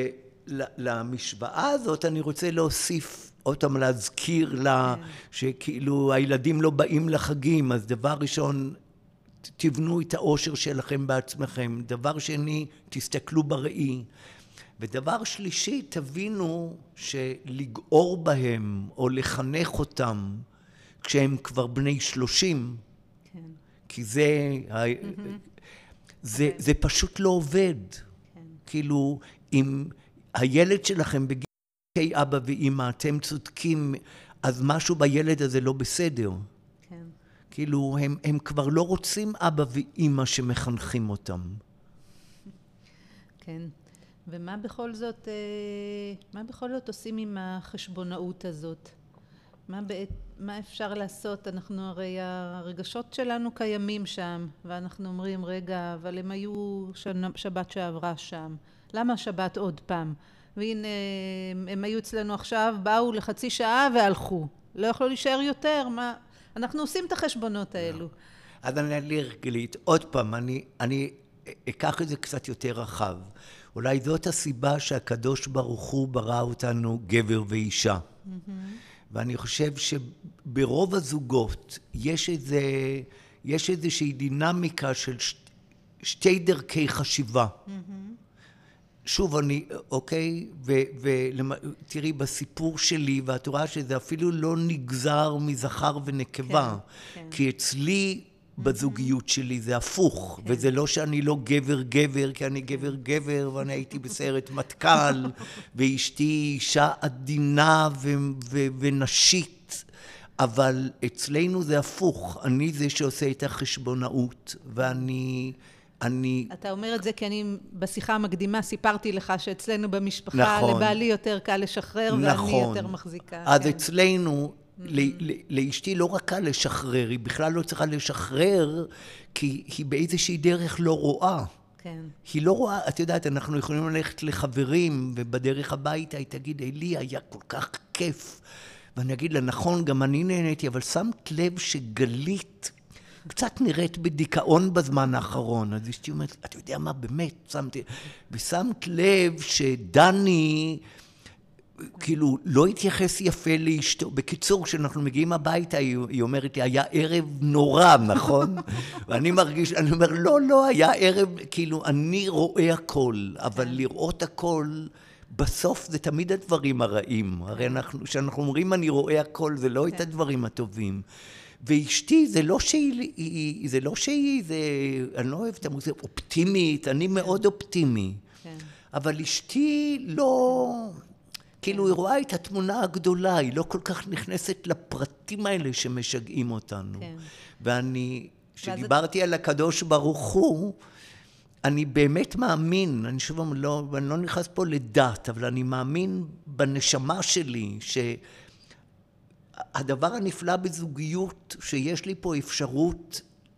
ולמשוואה הזאת אני רוצה להוסיף אותם, להזכיר לה, שכאילו הילדים לא באים לחגים, אז דבר ראשון, תבנו את האושר שלכם בעצמכם. דבר שני, תסתכלו בראי. ודבר שלישי, תבינו שלגעור בהם או לחנך אותם כשהם כבר בני שלושים, כי זה, mm-hmm. זה, okay. זה פשוט לא עובד. Okay. כאילו, אם הילד שלכם בגיל אבא ואמא, אתם צודקים, אז משהו בילד הזה לא בסדר. כן. Okay. כאילו, הם, הם כבר לא רוצים אבא ואמא שמחנכים אותם. כן. ומה בכל זאת, מה בכל זאת עושים עם החשבונאות הזאת? מה, בעת, מה אפשר לעשות? אנחנו הרי הרגשות שלנו קיימים שם, ואנחנו אומרים, רגע, אבל הם היו שבת שעברה שם. למה השבת עוד פעם? והנה, הם היו אצלנו עכשיו, באו לחצי שעה והלכו. לא יכלו להישאר יותר, מה? אנחנו עושים את החשבונות האלו. אז אני להרגלית, עוד פעם, אני, אני אקח את זה קצת יותר רחב. אולי זאת הסיבה שהקדוש ברוך הוא ברא אותנו גבר ואישה. Mm-hmm. ואני חושב שברוב הזוגות יש איזה, יש איזושהי דינמיקה של ש, שתי דרכי חשיבה. Mm-hmm. שוב, אני, אוקיי, ותראי, בסיפור שלי, ואת רואה שזה אפילו לא נגזר מזכר ונקבה, כן, כן. כי אצלי בזוגיות שלי זה הפוך, כן. וזה לא שאני לא גבר גבר, כי אני גבר גבר, ואני הייתי בסרט מטכ"ל, ואשתי אישה עדינה ו- ו- ונשית, אבל אצלנו זה הפוך, אני זה שעושה את החשבונאות, ואני... אני... אתה אומר את זה כי אני בשיחה המקדימה סיפרתי לך שאצלנו במשפחה נכון. לבעלי יותר קל לשחרר, נכון. ואני יותר מחזיקה. אז כן. אצלנו... לאשתי לא רק קל לשחרר, היא בכלל לא צריכה לשחרר, כי היא באיזושהי דרך לא רואה. כן. היא לא רואה, את יודעת, אנחנו יכולים ללכת לחברים, ובדרך הביתה היא תגיד, אלי, היה כל כך כיף. ואני אגיד לה, נכון, גם אני נהניתי, אבל שמת לב שגלית קצת נראית בדיכאון בזמן האחרון. אז אשתי אומרת, את יודע מה, באמת, שמתי... ושמת לב שדני... כאילו, לא התייחס יפה לאשתו. בקיצור, כשאנחנו מגיעים הביתה, היא, היא אומרת לי, היה ערב נורא, נכון? ואני מרגיש, אני אומר, לא, לא, היה ערב, כאילו, אני רואה הכל, אבל לראות הכל, בסוף זה תמיד הדברים הרעים. הרי אנחנו, כשאנחנו אומרים, אני רואה הכל, זה לא את הדברים הטובים. ואשתי, זה לא שהיא, זה לא שהיא, זה, אני לא אוהבת, זה אופטימית, אני מאוד אופטימי. אבל אשתי לא... כאילו היא רואה את התמונה הגדולה, היא לא כל כך נכנסת לפרטים האלה שמשגעים אותנו. כן. ואני, כשדיברתי על הקדוש ברוך הוא, אני באמת מאמין, אני שוב לא, אני לא נכנס פה לדת, אבל אני מאמין בנשמה שלי, הדבר הנפלא בזוגיות, שיש לי פה אפשרות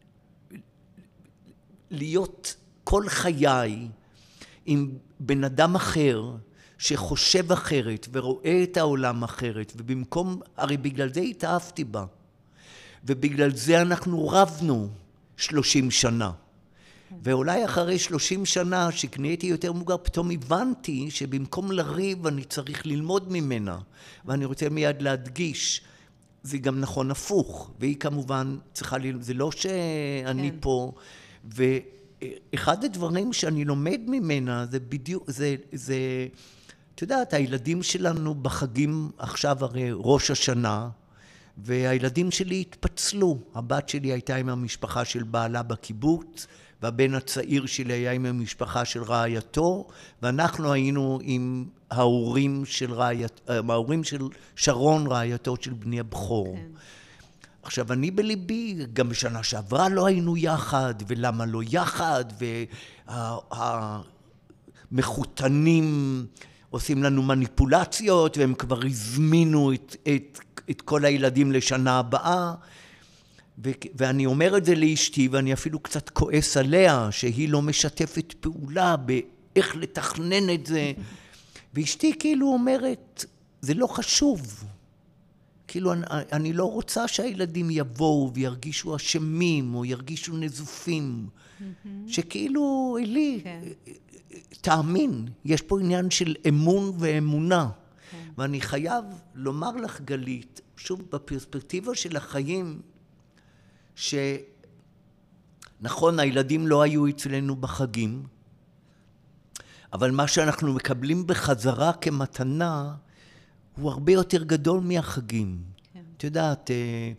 להיות כל חיי עם בן אדם אחר, שחושב אחרת ורואה את העולם אחרת, ובמקום, הרי בגלל זה התאהבתי בה, ובגלל זה אנחנו רבנו שלושים שנה. ואולי אחרי שלושים שנה, שכנהייתי יותר מוגר, פתאום הבנתי שבמקום לריב אני צריך ללמוד ממנה. ואני רוצה מיד להדגיש, זה גם נכון הפוך, והיא כמובן צריכה ללמוד, זה לא שאני כן. פה, ואחד הדברים שאני לומד ממנה, זה בדיוק, זה, זה, אתה יודעת, הילדים שלנו בחגים עכשיו הרי ראש השנה, והילדים שלי התפצלו. הבת שלי הייתה עם המשפחה של בעלה בקיבוץ, והבן הצעיר שלי היה עם המשפחה של רעייתו, ואנחנו היינו עם ההורים של, רעיית, ההורים של שרון, רעייתו של בני הבכור. כן. עכשיו, אני בליבי, גם בשנה שעברה לא היינו יחד, ולמה לא יחד, והמחותנים עושים לנו מניפולציות, והם כבר הזמינו את, את, את כל הילדים לשנה הבאה, ו- ואני אומר את זה לאשתי, ואני אפילו קצת כועס עליה, שהיא לא משתפת פעולה באיך לתכנן את זה, ואשתי כאילו אומרת, זה לא חשוב, כאילו אני, אני לא רוצה שהילדים יבואו וירגישו אשמים, או ירגישו נזופים, שכאילו, אלי, כן. תאמין, יש פה עניין של אמון ואמונה, כן. ואני חייב לומר לך גלית, שוב בפרספקטיבה של החיים, שנכון, הילדים לא היו אצלנו בחגים, אבל מה שאנחנו מקבלים בחזרה כמתנה, הוא הרבה יותר גדול מהחגים. כן. את יודעת,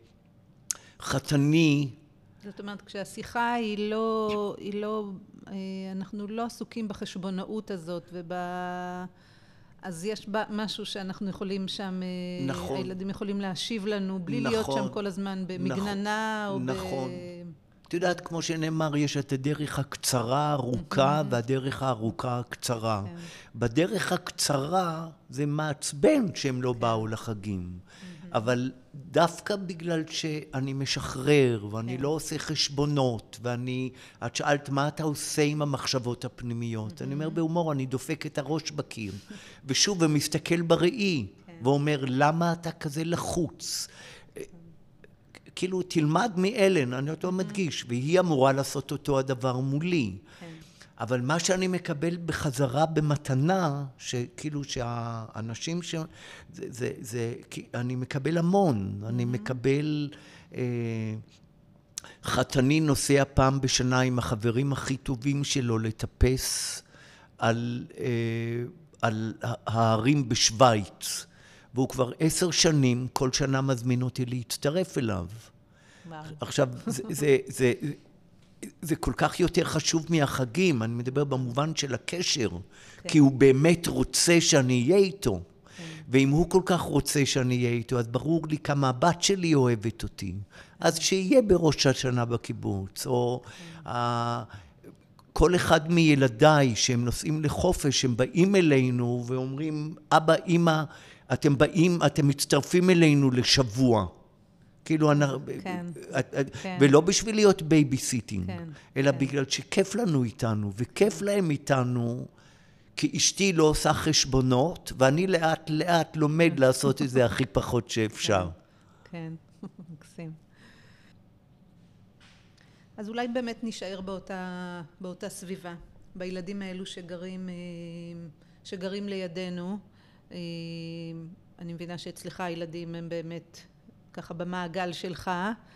חתני... זאת אומרת, כשהשיחה היא לא, היא לא, אנחנו לא עסוקים בחשבונאות הזאת, וב... אז יש בה משהו שאנחנו יכולים שם, נכון. הילדים יכולים להשיב לנו, בלי נכון. להיות שם כל הזמן במגננה נכון. או נכון. ב... את יודעת, כמו שנאמר, יש את הדרך הקצרה הארוכה והדרך הארוכה הקצרה. כן. בדרך הקצרה זה מעצבן שהם לא באו לחגים. אבל דווקא בגלל שאני משחרר ואני לא עושה חשבונות ואני, את שאלת מה אתה עושה עם המחשבות הפנימיות, אני אומר בהומור, אני דופק את הראש בקיר ושוב ומסתכל בראי ואומר למה אתה כזה לחוץ, כאילו תלמד מאלן, אני אותו מדגיש, והיא אמורה לעשות אותו הדבר מולי, אבל מה שאני מקבל בחזרה במתנה, שכאילו שהאנשים ש... זה, זה, זה, אני מקבל המון, אני מקבל, אה, חתני נוסע פעם בשנה עם החברים הכי טובים שלו לטפס על, אה, על ההרים בשוויץ, והוא כבר עשר שנים, כל שנה מזמין אותי להצטרף אליו. וואו. עכשיו, זה... זה, זה זה כל כך יותר חשוב מהחגים, אני מדבר במובן של הקשר, כן. כי הוא באמת רוצה שאני אהיה איתו. כן. ואם הוא כל כך רוצה שאני אהיה איתו, אז ברור לי כמה הבת שלי אוהבת אותי. אז שיהיה בראש השנה בקיבוץ, או כן. ה... כל אחד מילדיי שהם נוסעים לחופש, הם באים אלינו ואומרים, אבא, אמא, אתם באים, אתם מצטרפים אלינו לשבוע. כאילו, כן, כן. ולא בשביל להיות בייביסיטינג, כן, אלא כן. בגלל שכיף לנו איתנו, וכיף להם איתנו, כי אשתי לא עושה חשבונות, ואני לאט לאט לומד לעשות את זה הכי פחות שאפשר. כן, מקסים. אז אולי באמת נשאר באותה, באותה סביבה, בילדים האלו שגרים, שגרים לידינו. אני מבינה שאצלך הילדים הם באמת... ככה במעגל שלך.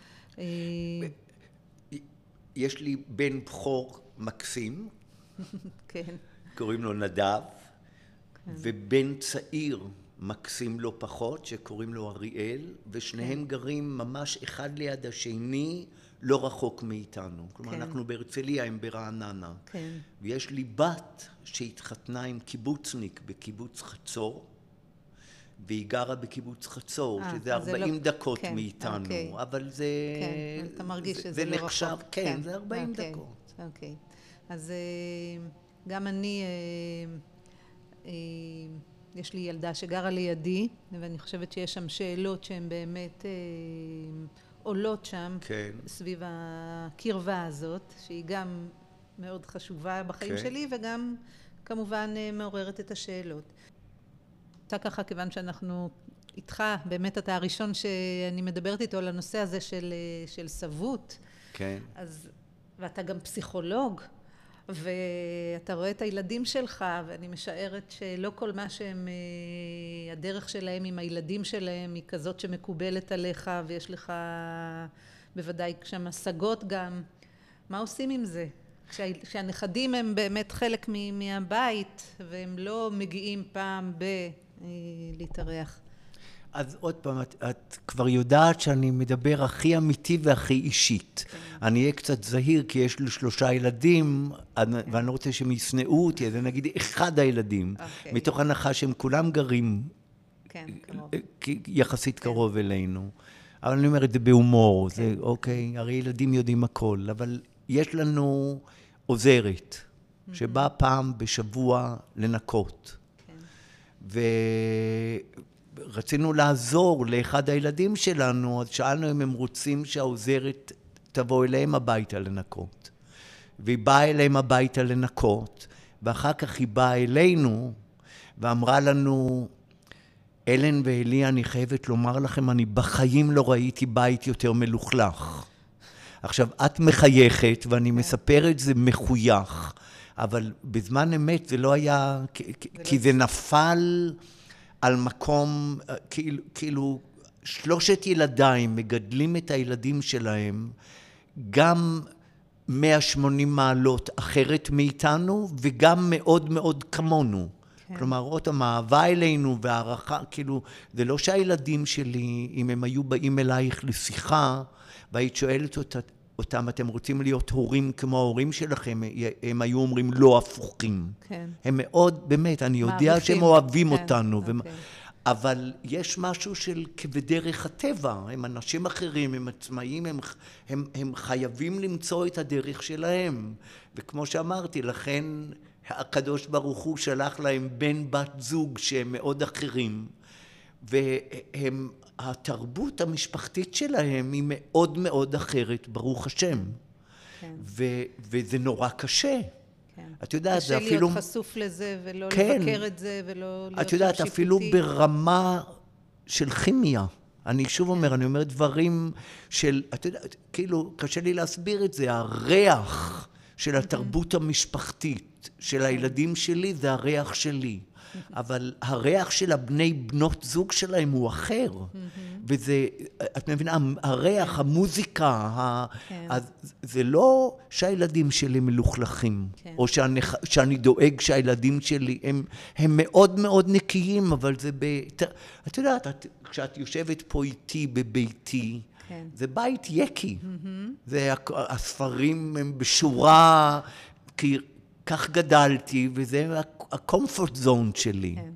יש לי בן בכור מקסים, כן. קוראים לו נדב, כן. ובן צעיר מקסים לא פחות, שקוראים לו אריאל, ושניהם כן. גרים ממש אחד ליד השני, לא רחוק מאיתנו. כלומר, כן. אנחנו בהרצליה, הם ברעננה. כן. ויש לי בת שהתחתנה עם קיבוצניק בקיבוץ חצור, והיא גרה בקיבוץ חצור, 아, שזה ארבעים לא... דקות כן, מאיתנו, אוקיי. אבל זה... כן, אתה מרגיש שזה זה לא נחשב, רחוק. כן, כן, זה ארבעים אוקיי, דקות. אוקיי. אז גם אני יש לי ילדה שגרה לידי, ואני חושבת שיש שם שאלות שהן באמת אה, עולות שם, כן. סביב הקרבה הזאת, שהיא גם מאוד חשובה בחיים כן. שלי, וגם כמובן אה, מעוררת את השאלות. אתה ככה, כיוון שאנחנו איתך, באמת אתה הראשון שאני מדברת איתו על הנושא הזה של, של סבות. כן. אז, ואתה גם פסיכולוג, ואתה רואה את הילדים שלך, ואני משערת שלא כל מה שהם, הדרך שלהם עם הילדים שלהם היא כזאת שמקובלת עליך, ויש לך בוודאי שם השגות גם. מה עושים עם זה? כשה, כשהנכדים הם באמת חלק מהבית, והם לא מגיעים פעם ב... להתארח. אז עוד פעם, את, את כבר יודעת שאני מדבר הכי אמיתי והכי אישית. כן. אני אהיה קצת זהיר, כי יש לי שלושה ילדים, כן. ואני לא רוצה שהם ישנאו אותי, אז אני אגיד אחד הילדים, אוקיי. מתוך הנחה שהם כולם גרים, כן, קרוב. יחסית כן. קרוב אלינו. אבל אני אומר את זה בהומור, כן. זה אוקיי, הרי ילדים יודעים הכל, אבל יש לנו עוזרת, mm-hmm. שבאה פעם בשבוע לנקות. ורצינו לעזור לאחד הילדים שלנו, אז שאלנו אם הם רוצים שהעוזרת תבוא אליהם הביתה לנקות. והיא באה אליהם הביתה לנקות, ואחר כך היא באה אלינו ואמרה לנו, אלן ואלי, אני חייבת לומר לכם, אני בחיים לא ראיתי בית יותר מלוכלך. עכשיו, את מחייכת, ואני מספר את זה מחוייך, אבל בזמן אמת זה לא היה, כי זה נפל על מקום, כאילו, כאילו שלושת ילדיים מגדלים את הילדים שלהם, גם מאה ושמונים מעלות אחרת מאיתנו, וגם מאוד מאוד כמונו. כן. כלומר, עוד המאהבה אלינו והערכה, כאילו, זה לא שהילדים שלי, אם הם היו באים אלייך לשיחה, והיית שואלת אותה, אותם, אתם רוצים להיות הורים כמו ההורים שלכם, הם היו אומרים לא הפוכים. כן. הם מאוד, באמת, אני יודע מעריכים. שהם אוהבים כן. אותנו. אוקיי. ומה, אבל יש משהו של כבדרך הטבע, הם אנשים אחרים, הם עצמאים, הם, הם, הם חייבים למצוא את הדרך שלהם. וכמו שאמרתי, לכן הקדוש ברוך הוא שלח להם בן בת זוג שהם מאוד אחרים, והם... התרבות המשפחתית שלהם היא מאוד מאוד אחרת, ברוך השם. כן. ו- וזה נורא קשה. כן. את יודעת, זה אפילו... קשה להיות חשוף לזה, ולא כן. לבקר את זה, ולא להיות את יודעת, שיפוטי. אפילו ברמה של כימיה. אני שוב אומר, אני אומר דברים של, את יודעת, כאילו, קשה לי להסביר את זה, הריח של התרבות המשפחתית, של הילדים שלי, זה הריח שלי. אבל הריח של הבני בנות זוג שלהם הוא אחר. וזה, את מבינה, הריח, המוזיקה, זה לא שהילדים שלי מלוכלכים, או שאני דואג שהילדים שלי, הם מאוד מאוד נקיים, אבל זה, את יודעת, כשאת יושבת פה איתי בביתי, זה בית יקי. הספרים הם בשורה, כי כך גדלתי, וזה הקומפורט זון שלי. כן.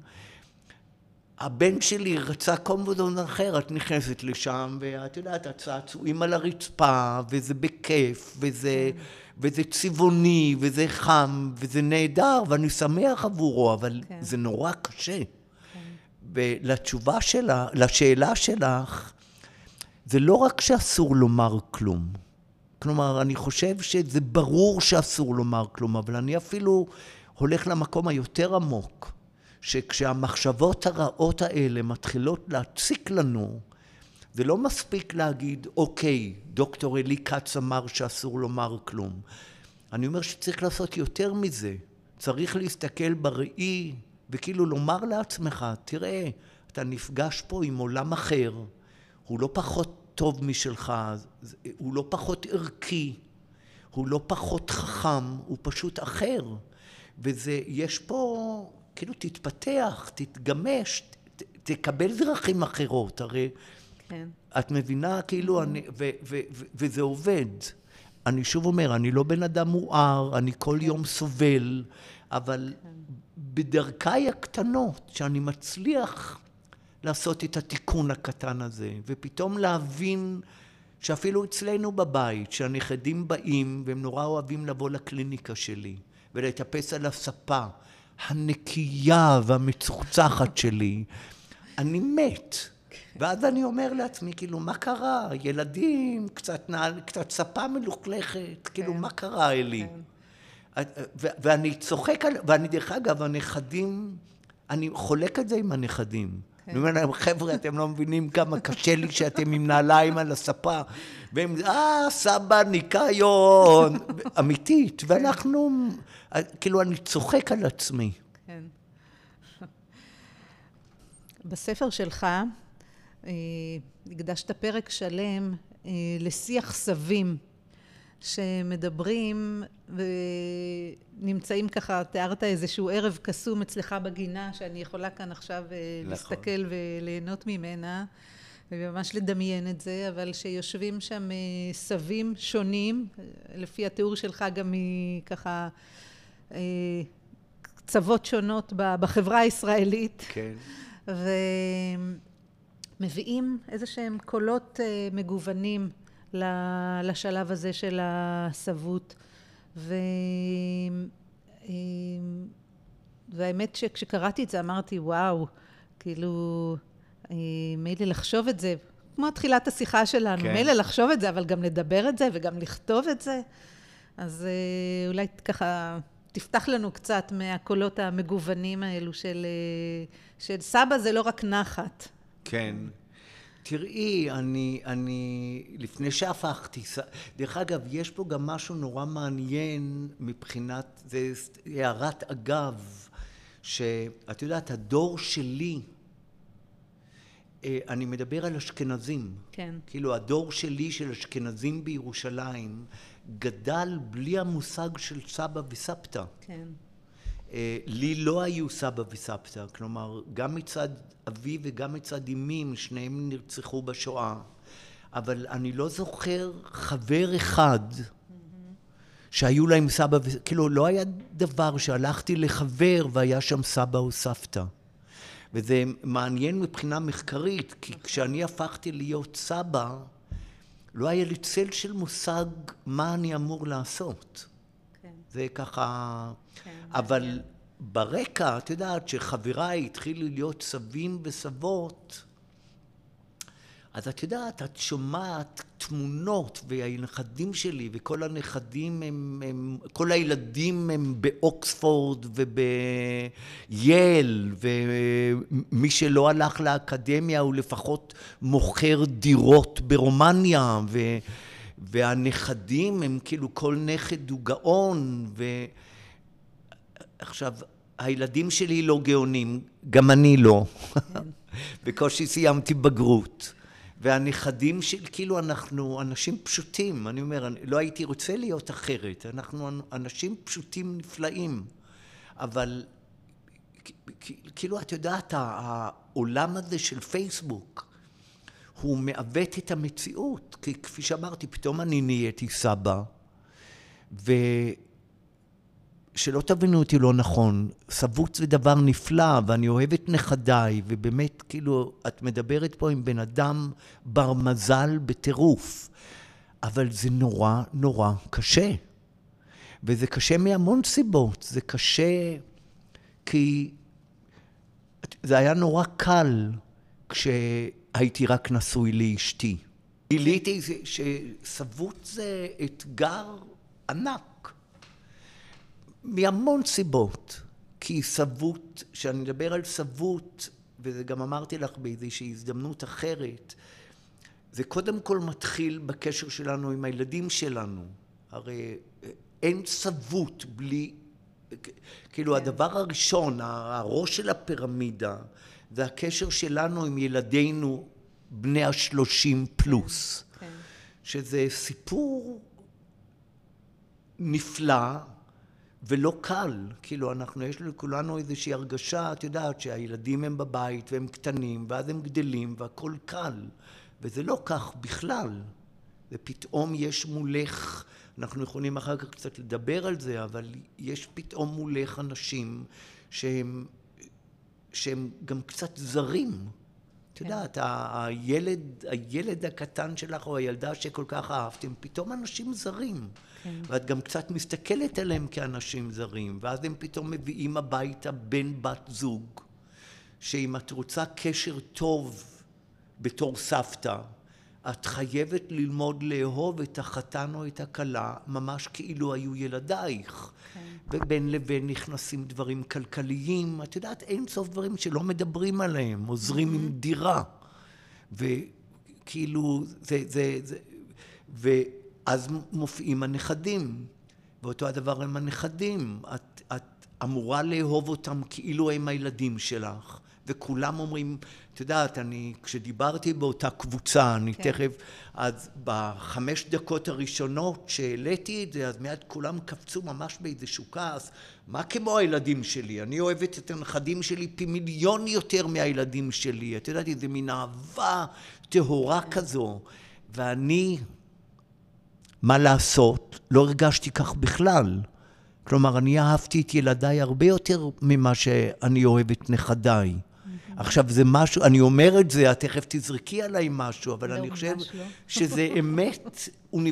הבן שלי רצה קומפורט זון אחר, את נכנסת לשם, ואת יודעת, הצעצועים על הרצפה, וזה בכיף, וזה, כן. וזה צבעוני, וזה חם, וזה נהדר, ואני שמח עבורו, אבל כן. זה נורא קשה. כן. ולתשובה שלה, לשאלה שלך, זה לא רק שאסור לומר כלום. כלומר, אני חושב שזה ברור שאסור לומר כלום, אבל אני אפילו הולך למקום היותר עמוק, שכשהמחשבות הרעות האלה מתחילות להציק לנו, זה לא מספיק להגיד, אוקיי, דוקטור אלי קץ אמר שאסור לומר כלום. אני אומר שצריך לעשות יותר מזה. צריך להסתכל בראי, וכאילו לומר לעצמך, תראה, אתה נפגש פה עם עולם אחר, הוא לא פחות טוב משלך, הוא לא פחות ערכי, הוא לא פחות חכם, הוא פשוט אחר. וזה, יש פה, כאילו תתפתח, תתגמש, ת, תקבל דרכים אחרות, הרי כן. את מבינה, כאילו, אני, ו, ו, ו, וזה עובד. אני שוב אומר, אני לא בן אדם מואר, אני כל כן. יום סובל, אבל כן. בדרכי הקטנות, שאני מצליח לעשות את התיקון הקטן הזה, ופתאום להבין שאפילו אצלנו בבית, שהנכדים באים, והם נורא אוהבים לבוא לקליניקה שלי, ולהתאפס על הספה. הנקייה והמצוחצחת שלי, אני מת. ואז אני אומר לעצמי, כאילו, מה קרה? ילדים, קצת, נעל, קצת ספה מלוכלכת, כאילו, מה קרה, אלי? ואני צוחק, ואני דרך אגב, הנכדים, אני חולק את זה עם הנכדים. אני אומר להם, חבר'ה, אתם לא מבינים כמה קשה לי שאתם עם נעליים על הספה. והם, אה, סבא, ניקיון, אמיתית. ואנחנו, כאילו, אני צוחק על עצמי. כן. בספר שלך, הקדשת פרק שלם לשיח סבים, שמדברים ונמצאים ככה, תיארת איזשהו ערב קסום אצלך בגינה, שאני יכולה כאן עכשיו נכון. להסתכל וליהנות ממנה, וממש לדמיין את זה, אבל שיושבים שם סבים שונים, לפי התיאור שלך גם מככה קצוות שונות בחברה הישראלית. כן. ומביאים איזה שהם קולות מגוונים, לשלב הזה של הסבות. ו... והאמת שכשקראתי את זה אמרתי, וואו, כאילו, מילא לחשוב את זה, כמו תחילת השיחה שלנו, כן. מילא לחשוב את זה, אבל גם לדבר את זה וגם לכתוב את זה. אז אולי ככה תפתח לנו קצת מהקולות המגוונים האלו של, של סבא זה לא רק נחת. כן. תראי, אני, אני, לפני שהפכתי, דרך אגב, יש פה גם משהו נורא מעניין מבחינת, זה הערת אגב, שאת יודעת, הדור שלי, אני מדבר על אשכנזים. כן. כאילו, הדור שלי של אשכנזים בירושלים, גדל בלי המושג של סבא וסבתא. כן. לי לא היו סבא וסבתא, כלומר, גם מצד אבי וגם מצד אמי, שניהם נרצחו בשואה, אבל אני לא זוכר חבר אחד שהיו להם סבא וסבתא, כאילו לא היה דבר שהלכתי לחבר והיה שם סבא או סבתא. וזה מעניין מבחינה מחקרית, כי כשאני הפכתי להיות סבא, לא היה לי צל של מושג מה אני אמור לעשות. כן. זה ככה... כן, אבל כן. ברקע, את יודעת, שחבריי התחילו להיות סבים וסבות, אז את יודעת, את שומעת תמונות, והנכדים שלי וכל הנכדים הם, הם כל הילדים הם באוקספורד ובייל, ומי שלא הלך לאקדמיה הוא לפחות מוכר דירות ברומניה, ו, והנכדים הם כאילו כל נכד הוא גאון, ועכשיו הילדים שלי לא גאונים, גם אני לא, בקושי סיימתי בגרות. והנכדים של, כאילו אנחנו אנשים פשוטים, אני אומר, אני לא הייתי רוצה להיות אחרת, אנחנו אנשים פשוטים נפלאים, אבל כאילו את יודעת, העולם הזה של פייסבוק, הוא מעוות את המציאות, כי כפי שאמרתי, פתאום אני נהייתי סבא, ו... שלא תבינו אותי לא נכון, סבות זה דבר נפלא, ואני אוהב את נכדיי, ובאמת, כאילו, את מדברת פה עם בן אדם בר מזל בטירוף, אבל זה נורא נורא קשה. וזה קשה מהמון סיבות, זה קשה כי זה היה נורא קל כשהייתי רק נשוי לאשתי. גיליתי שסבות זה אתגר ענק. מהמון סיבות, כי סבות, שאני מדבר על סבות, וזה גם אמרתי לך באיזושהי הזדמנות אחרת, זה קודם כל מתחיל בקשר שלנו עם הילדים שלנו. הרי אין סבות בלי, כאילו כן. הדבר הראשון, הראש של הפירמידה, זה הקשר שלנו עם ילדינו בני השלושים פלוס. כן. שזה סיפור נפלא, ולא קל, כאילו אנחנו, יש לכולנו איזושהי הרגשה, את יודעת, שהילדים הם בבית והם קטנים, ואז הם גדלים והכל קל, וזה לא כך בכלל. ופתאום יש מולך, אנחנו יכולים אחר כך קצת לדבר על זה, אבל יש פתאום מולך אנשים שהם, שהם גם קצת זרים, את יודעת, הילד, הילד הקטן שלך או הילדה שכל כך אהבת, הם פתאום אנשים זרים. ואת גם קצת מסתכלת עליהם כאנשים זרים, ואז הם פתאום מביאים הביתה בן בת זוג, שאם את רוצה קשר טוב בתור סבתא, את חייבת ללמוד לאהוב את החתן או את הכלה, ממש כאילו היו ילדייך. ובין לבין נכנסים דברים כלכליים, את יודעת, אין סוף דברים שלא מדברים עליהם, עוזרים עם דירה. וכאילו, זה, זה, זה, ואז מופיעים הנכדים, ואותו הדבר הם הנכדים. את, את אמורה לאהוב אותם כאילו הם הילדים שלך, וכולם אומרים, את יודעת, אני, כשדיברתי באותה קבוצה, אני כן. תכף, אז בחמש דקות הראשונות שהעליתי את זה, אז מיד כולם קפצו ממש באיזשהו כעס, מה כמו הילדים שלי? אני אוהבת את הנכדים שלי פי מיליון יותר מהילדים שלי, את יודעת, איזה מין אהבה טהורה כן. כזו, ואני, מה לעשות? לא הרגשתי כך בכלל. כלומר, אני אהבתי את ילדיי הרבה יותר ממה שאני אוהב את נכדיי. עכשיו זה משהו, אני אומר את זה, את תכף תזרקי עליי משהו, אבל אני חושב שזה אמת,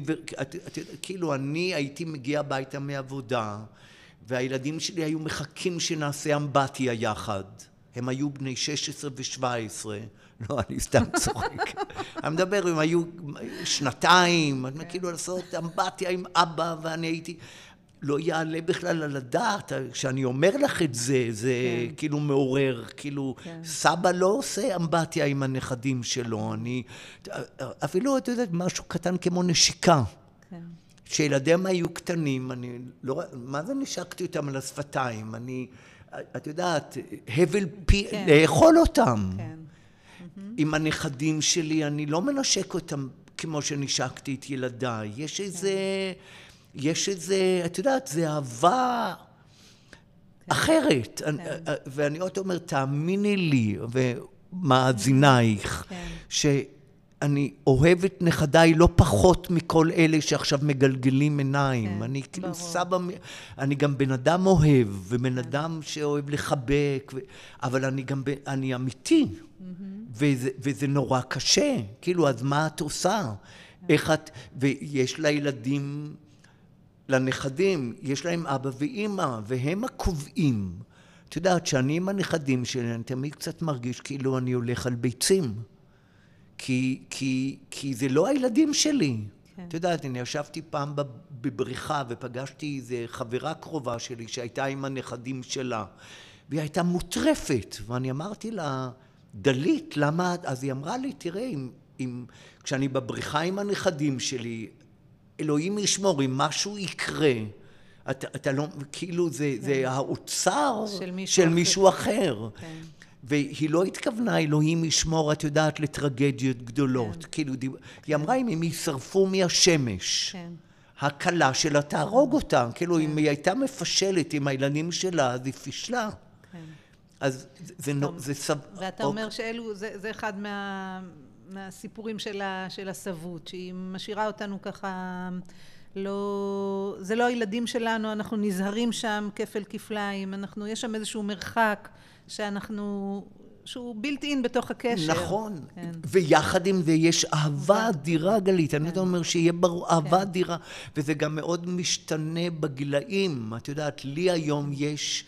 כאילו אני הייתי מגיע הביתה מעבודה, והילדים שלי היו מחכים שנעשה אמבטיה יחד. הם היו בני שש עשרה ושבע עשרה, לא, אני סתם צוחק. אני מדבר, הם היו שנתיים, כאילו לעשות אמבטיה עם אבא, ואני הייתי... לא יעלה בכלל על הדעת, כשאני אומר לך את זה, זה כן. כאילו מעורר, כאילו, כן. סבא לא עושה אמבטיה עם הנכדים שלו, אני, אפילו, את יודעת, משהו קטן כמו נשיקה. כן. שילדיהם היו קטנים, אני לא, מה זה נשקתי אותם על השפתיים? אני, את יודעת, הבל פי, כן. לאכול אותם. כן. עם הנכדים שלי, אני לא מנשק אותם כמו שנשקתי את ילדיי. יש איזה... יש איזה, את יודעת, זה אהבה אחרת. ואני עוד אומר, תאמיני לי ומאזינייך, שאני אוהבת נכדיי לא פחות מכל אלה שעכשיו מגלגלים עיניים. אני כאילו סבא, אני גם בן אדם אוהב, ובן אדם שאוהב לחבק, אבל אני גם, אני אמיתי, וזה נורא קשה. כאילו, אז מה את עושה? איך את, ויש לילדים... לנכדים, יש להם אבא ואמא, והם הקובעים. את יודעת, שאני עם הנכדים שלי, אני תמיד קצת מרגיש כאילו אני הולך על ביצים. כי, כי, כי זה לא הילדים שלי. כן. את יודעת, אני ישבתי פעם בבריכה ופגשתי איזו חברה קרובה שלי שהייתה עם הנכדים שלה, והיא הייתה מוטרפת, ואני אמרתי לה, דלית, למה? אז היא אמרה לי, תראה, אם, אם, כשאני בבריכה עם הנכדים שלי, אלוהים ישמור, אם משהו יקרה, אתה, אתה לא, כאילו זה, כן. זה האוצר של מישהו, של מישהו אחר. אחר. כן. והיא לא התכוונה, אלוהים ישמור, את יודעת, לטרגדיות גדולות. כן. כאילו, כן. היא אמרה, אם הם יישרפו מהשמש, כן. הקלה שלה תהרוג אותה. כאילו, כן. אם היא הייתה מפשלת עם הילדים שלה, אז היא פישלה. כן. אז זה... זה, זה סב... ואתה אומר שאלו, זה, זה אחד מה... מהסיפורים של, ה, של הסבות, שהיא משאירה אותנו ככה, לא, זה לא הילדים שלנו, אנחנו נזהרים שם כפל כפליים, אנחנו, יש שם איזשהו מרחק שאנחנו, שהוא בלתי אין בתוך הקשר. נכון, כן. ויחד עם זה יש אהבה אדירה גלית, כן. אני לא אומר שיהיה ברור, אהבה אדירה, כן. וזה גם מאוד משתנה בגילאים, את יודעת, לי היום יש...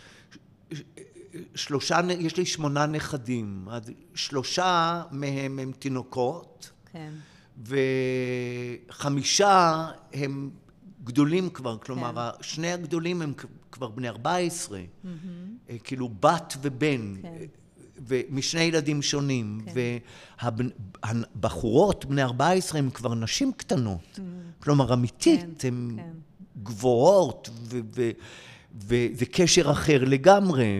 שלושה, יש לי שמונה נכדים, אז שלושה מהם הם תינוקות, כן. וחמישה הם גדולים כבר, כלומר, כן. שני הגדולים הם כבר בני ארבע עשרה, mm-hmm. כאילו בת ובן, כן. ומשני ילדים שונים, כן. והבחורות בני ארבע עשרה הם כבר נשים קטנות, mm-hmm. כלומר, אמיתית, כן. הן כן. גבוהות ו... ו וזה קשר אחר לגמרי,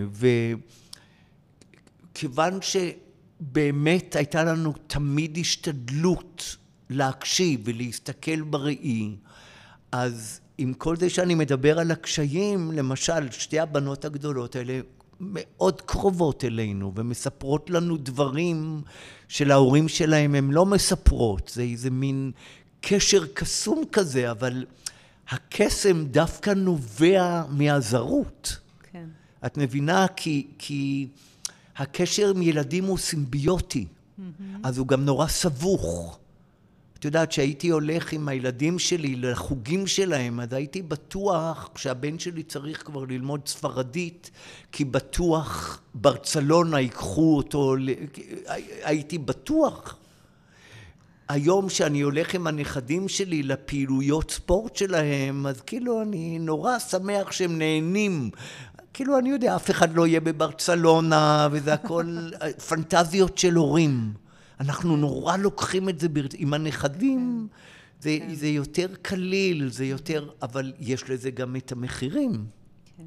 וכיוון שבאמת הייתה לנו תמיד השתדלות להקשיב ולהסתכל בראי, אז עם כל זה שאני מדבר על הקשיים, למשל שתי הבנות הגדולות האלה מאוד קרובות אלינו, ומספרות לנו דברים של ההורים שלהם, הם לא מספרות, זה איזה מין קשר קסום כזה, אבל... הקסם דווקא נובע מהזרות. כן. את מבינה? כי, כי הקשר עם ילדים הוא סימביוטי. אז הוא גם נורא סבוך. את יודעת, שהייתי הולך עם הילדים שלי לחוגים שלהם, אז הייתי בטוח שהבן שלי צריך כבר ללמוד ספרדית, כי בטוח ברצלונה ייקחו אותו, הייתי בטוח. היום שאני הולך עם הנכדים שלי לפעילויות ספורט שלהם, אז כאילו אני נורא שמח שהם נהנים. כאילו אני יודע, אף אחד לא יהיה בברצלונה, וזה הכל פנטזיות של הורים. אנחנו נורא לוקחים את זה עם הנכדים, זה, זה יותר קליל, זה יותר, אבל יש לזה גם את המחירים. כן.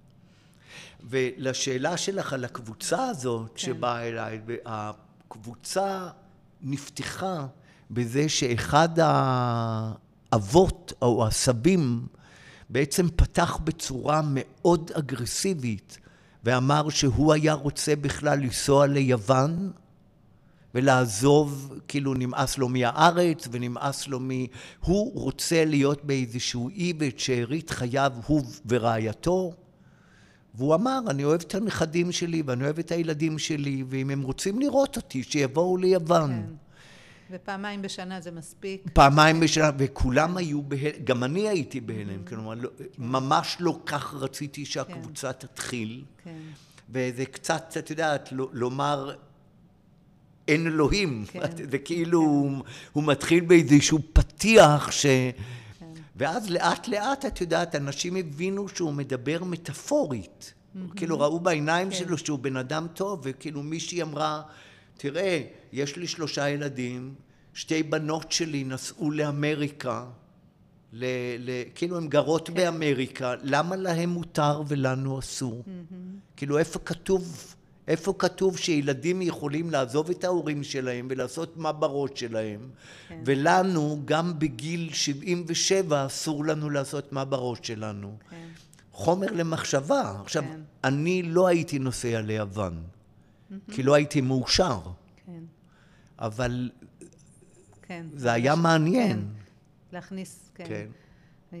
ולשאלה שלך על הקבוצה הזאת כן. שבאה אליי, הקבוצה נפתחה בזה שאחד האבות או הסבים בעצם פתח בצורה מאוד אגרסיבית, ואמר שהוא היה רוצה בכלל לנסוע ליוון, ולעזוב, כאילו נמאס לו מהארץ ונמאס לו מ... הוא רוצה להיות באיזשהו אי ואת שארית חייו הוא ורעייתו. והוא אמר, אני אוהב את הנכדים שלי ואני אוהב את הילדים שלי, ואם הם רוצים לראות אותי, שיבואו ליוון. כן. ופעמיים בשנה זה מספיק. פעמיים בשנה, וכולם היו בהלם, גם אני הייתי בהלם, כלומר, ממש לא כך רציתי שהקבוצה תתחיל. כן. וזה קצת, את יודעת, לומר... אין אלוהים, כן. זה כאילו כן. הוא, הוא מתחיל באיזשהו פתיח ש... כן. ואז לאט לאט את יודעת, אנשים הבינו שהוא מדבר מטאפורית, mm-hmm. כאילו ראו בעיניים כן. שלו שהוא בן אדם טוב, וכאילו מישהי אמרה, תראה, יש לי שלושה ילדים, שתי בנות שלי נסעו לאמריקה, ל, ל, כאילו הן גרות כן. באמריקה, למה להם מותר ולנו אסור? Mm-hmm. כאילו איפה כתוב... איפה כתוב שילדים יכולים לעזוב את ההורים שלהם ולעשות מה בראש שלהם, כן. ולנו גם בגיל שבעים ושבע אסור לנו לעשות מה בראש שלנו. כן. חומר למחשבה. עכשיו, כן. אני לא הייתי נוסע ליוון, mm-hmm. כי לא הייתי מאושר. כן. אבל כן. זה היה לש... מעניין. כן. להכניס, כן. כן.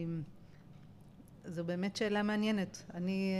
זו באמת שאלה מעניינת. אני...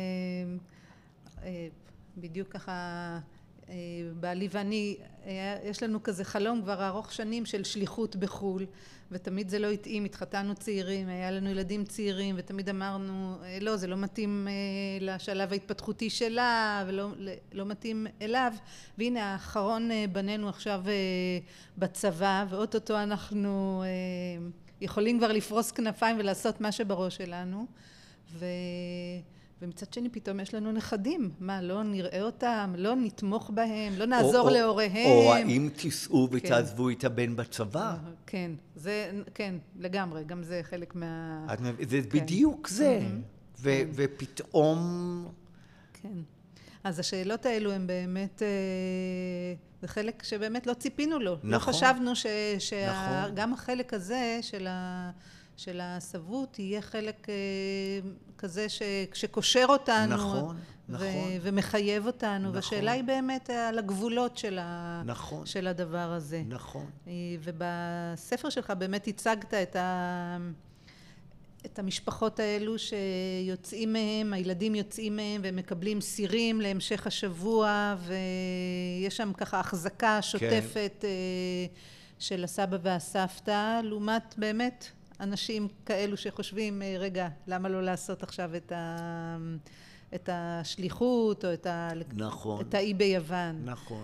בדיוק ככה, בעלי ואני, יש לנו כזה חלום כבר ארוך שנים של שליחות בחול, ותמיד זה לא התאים, התחתנו צעירים, היה לנו ילדים צעירים, ותמיד אמרנו, לא, זה לא מתאים לשלב ההתפתחותי שלה, ולא לא מתאים אליו, והנה האחרון בנינו עכשיו בצבא, ואוטוטו אנחנו יכולים כבר לפרוס כנפיים ולעשות מה שבראש שלנו, ו... ומצד שני פתאום יש לנו נכדים, מה, לא נראה אותם, לא נתמוך בהם, לא נעזור או, להוריהם. או האם תיסעו ותעזבו כן. את הבן בצבא. כן, זה, כן, לגמרי, גם זה חלק מה... זה כן. בדיוק זה, mm-hmm. ו- כן. ופתאום... כן, אז השאלות האלו הן באמת, זה חלק שבאמת לא ציפינו לו. נכון. לא חשבנו ש- שה- נכון. גם החלק הזה של ה... של הסבות יהיה חלק כזה שקושר אותנו נכון, ו- נכון. ומחייב אותנו, נכון. והשאלה היא באמת על הגבולות של, ה- נכון. של הדבר הזה. נכון. ובספר שלך באמת הצגת את, ה- את המשפחות האלו שיוצאים מהם, הילדים יוצאים מהם והם מקבלים סירים להמשך השבוע, ויש שם ככה החזקה שוטפת כן. של הסבא והסבתא, לעומת באמת אנשים כאלו שחושבים, רגע, למה לא לעשות עכשיו את, ה, את השליחות או את, ה, נכון. את האי ביוון. נכון.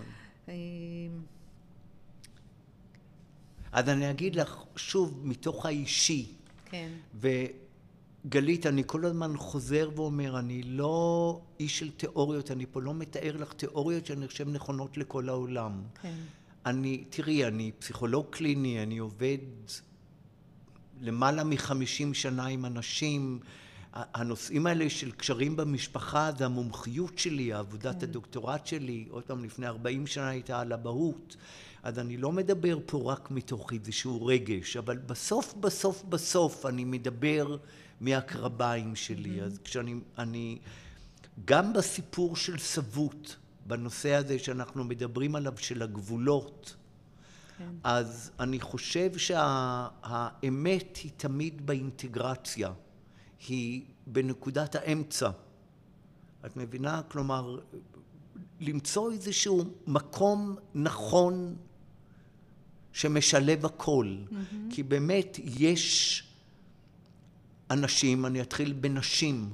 אז אני אגיד לך שוב מתוך האישי. כן. וגלית, אני כל הזמן חוזר ואומר, אני לא איש של תיאוריות, אני פה לא מתאר לך תיאוריות שאני חושב נכונות לכל העולם. כן. אני, תראי, אני פסיכולוג קליני, אני עובד למעלה מחמישים שנה עם אנשים, הנושאים האלה של קשרים במשפחה, זה המומחיות שלי, עבודת הדוקטורט שלי, עוד פעם לפני ארבעים שנה הייתה על אבהות, אז אני לא מדבר פה רק מתוך איזשהו רגש, אבל בסוף בסוף בסוף אני מדבר מהקרביים שלי, אז כשאני, אני, גם בסיפור של סבות, בנושא הזה שאנחנו מדברים עליו של הגבולות, אז אני חושב שהאמת היא תמיד באינטגרציה, היא בנקודת האמצע. את מבינה? כלומר, למצוא איזשהו מקום נכון שמשלב הכל. Mm-hmm. כי באמת יש אנשים, אני אתחיל בנשים,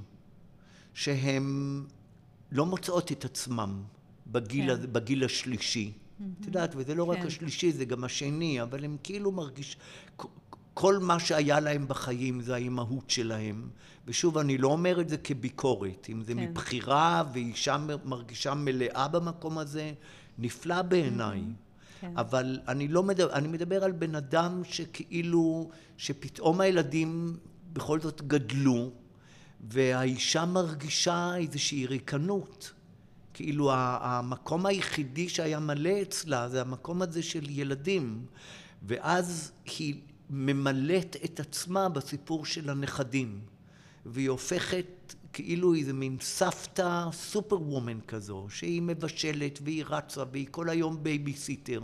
שהן לא מוצאות את עצמם בגיל, כן. בגיל השלישי. Mm-hmm. את יודעת, וזה לא כן. רק השלישי, זה גם השני, אבל הם כאילו מרגיש... כל מה שהיה להם בחיים זה האימהות שלהם. ושוב, אני לא אומר את זה כביקורת. אם זה כן. מבחירה ואישה מרגישה מלאה במקום הזה, נפלא בעיניי. Mm-hmm. כן. אבל אני לא מדבר, אני מדבר על בן אדם שכאילו, שפתאום הילדים בכל זאת גדלו, והאישה מרגישה איזושהי ריקנות. כאילו המקום היחידי שהיה מלא אצלה זה המקום הזה של ילדים, ואז היא ממלאת את עצמה בסיפור של הנכדים, והיא הופכת כאילו איזה מין סבתא סופר וומן כזו, שהיא מבשלת והיא רצה והיא כל היום בייביסיטר.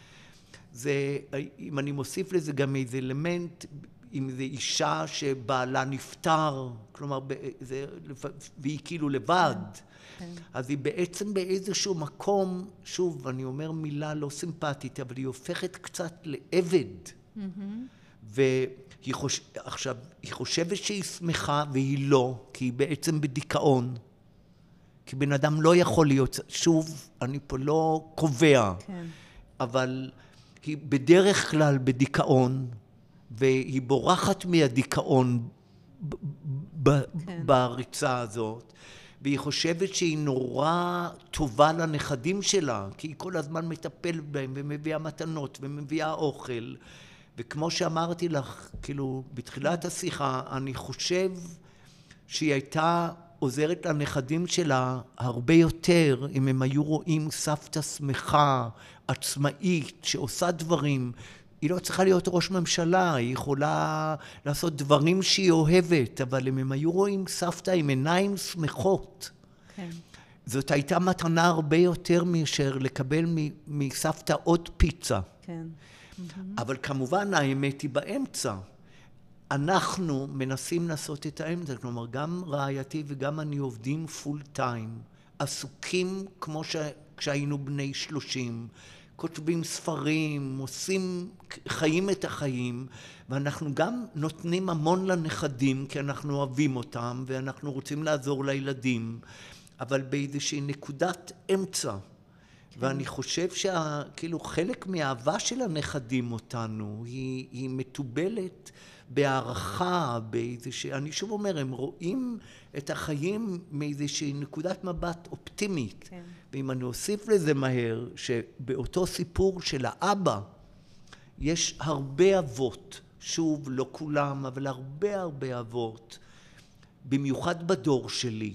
זה, אם אני מוסיף לזה גם איזה אלמנט, אם זה אישה שבעלה נפטר, כלומר, זה, והיא כאילו לבד, אז היא בעצם באיזשהו מקום, שוב, אני אומר מילה לא סימפטית, אבל היא הופכת קצת לעבד. והיא חוש... עכשיו, היא חושבת שהיא שמחה והיא לא, כי היא בעצם בדיכאון. כי בן אדם לא יכול להיות, שוב, אני פה לא קובע, כן. אבל היא בדרך כלל בדיכאון, והיא בורחת מהדיכאון ב- ב- כן. בריצה הזאת, והיא חושבת שהיא נורא טובה לנכדים שלה, כי היא כל הזמן מטפלת בהם ומביאה מתנות ומביאה אוכל. וכמו שאמרתי לך, כאילו, בתחילת השיחה, אני חושב שהיא הייתה עוזרת לנכדים שלה הרבה יותר, אם הם היו רואים סבתא שמחה, עצמאית, שעושה דברים. היא לא צריכה להיות ראש ממשלה, היא יכולה לעשות דברים שהיא אוהבת, אבל אם הם היו רואים סבתא עם עיניים שמחות, כן. זאת הייתה מתנה הרבה יותר מאשר לקבל מסבתא עוד פיצה. כן. אבל כמובן האמת היא באמצע. אנחנו מנסים לעשות את האמצע, כלומר גם רעייתי וגם אני עובדים פול טיים, עסוקים כמו ש... כשהיינו בני שלושים, כותבים ספרים, עושים, חיים את החיים, ואנחנו גם נותנים המון לנכדים, כי אנחנו אוהבים אותם, ואנחנו רוצים לעזור לילדים, אבל באיזושהי נקודת אמצע. ואני חושב שכאילו חלק מהאהבה של הנכדים אותנו, היא, היא מטובלת בהערכה, באיזושהי, אני שוב אומר, הם רואים את החיים מאיזושהי נקודת מבט אופטימית. כן. ואם אני אוסיף לזה מהר, שבאותו סיפור של האבא, יש הרבה אבות, שוב, לא כולם, אבל הרבה הרבה אבות, במיוחד בדור שלי,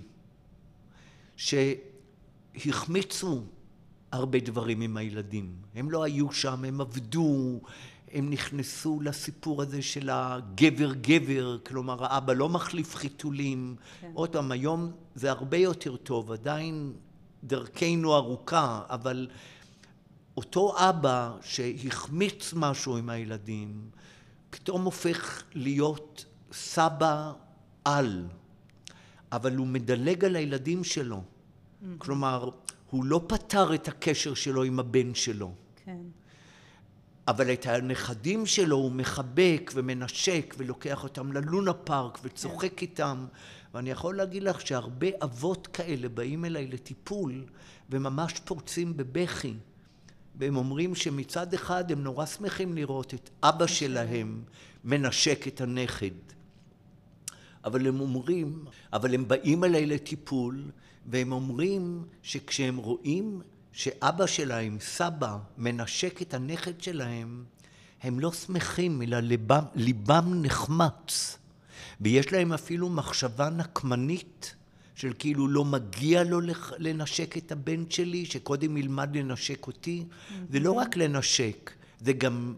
שהחמיצו הרבה דברים עם הילדים. הם לא היו שם, הם עבדו, הם נכנסו לסיפור הזה של הגבר גבר, כלומר האבא לא מחליף חיתולים. כן. עוד פעם, היום זה הרבה יותר טוב, עדיין דרכנו ארוכה, אבל אותו אבא שהחמיץ משהו עם הילדים, פתאום הופך להיות סבא על, אבל הוא מדלג על הילדים שלו. Mm-hmm. כלומר, הוא לא פתר את הקשר שלו עם הבן שלו. כן. אבל את הנכדים שלו הוא מחבק ומנשק ולוקח אותם ללונה פארק וצוחק כן. איתם. ואני יכול להגיד לך שהרבה אבות כאלה באים אליי לטיפול וממש פורצים בבכי. והם אומרים שמצד אחד הם נורא שמחים לראות את אבא שלהם מנשק את הנכד. אבל הם אומרים, אבל הם באים אליי לטיפול והם אומרים שכשהם רואים שאבא שלהם, סבא, מנשק את הנכד שלהם, הם לא שמחים, אלא ליבם, ליבם נחמץ. ויש להם אפילו מחשבה נקמנית, של כאילו לא מגיע לו לנשק את הבן שלי, שקודם ילמד לנשק אותי. זה לא רק לנשק, זה גם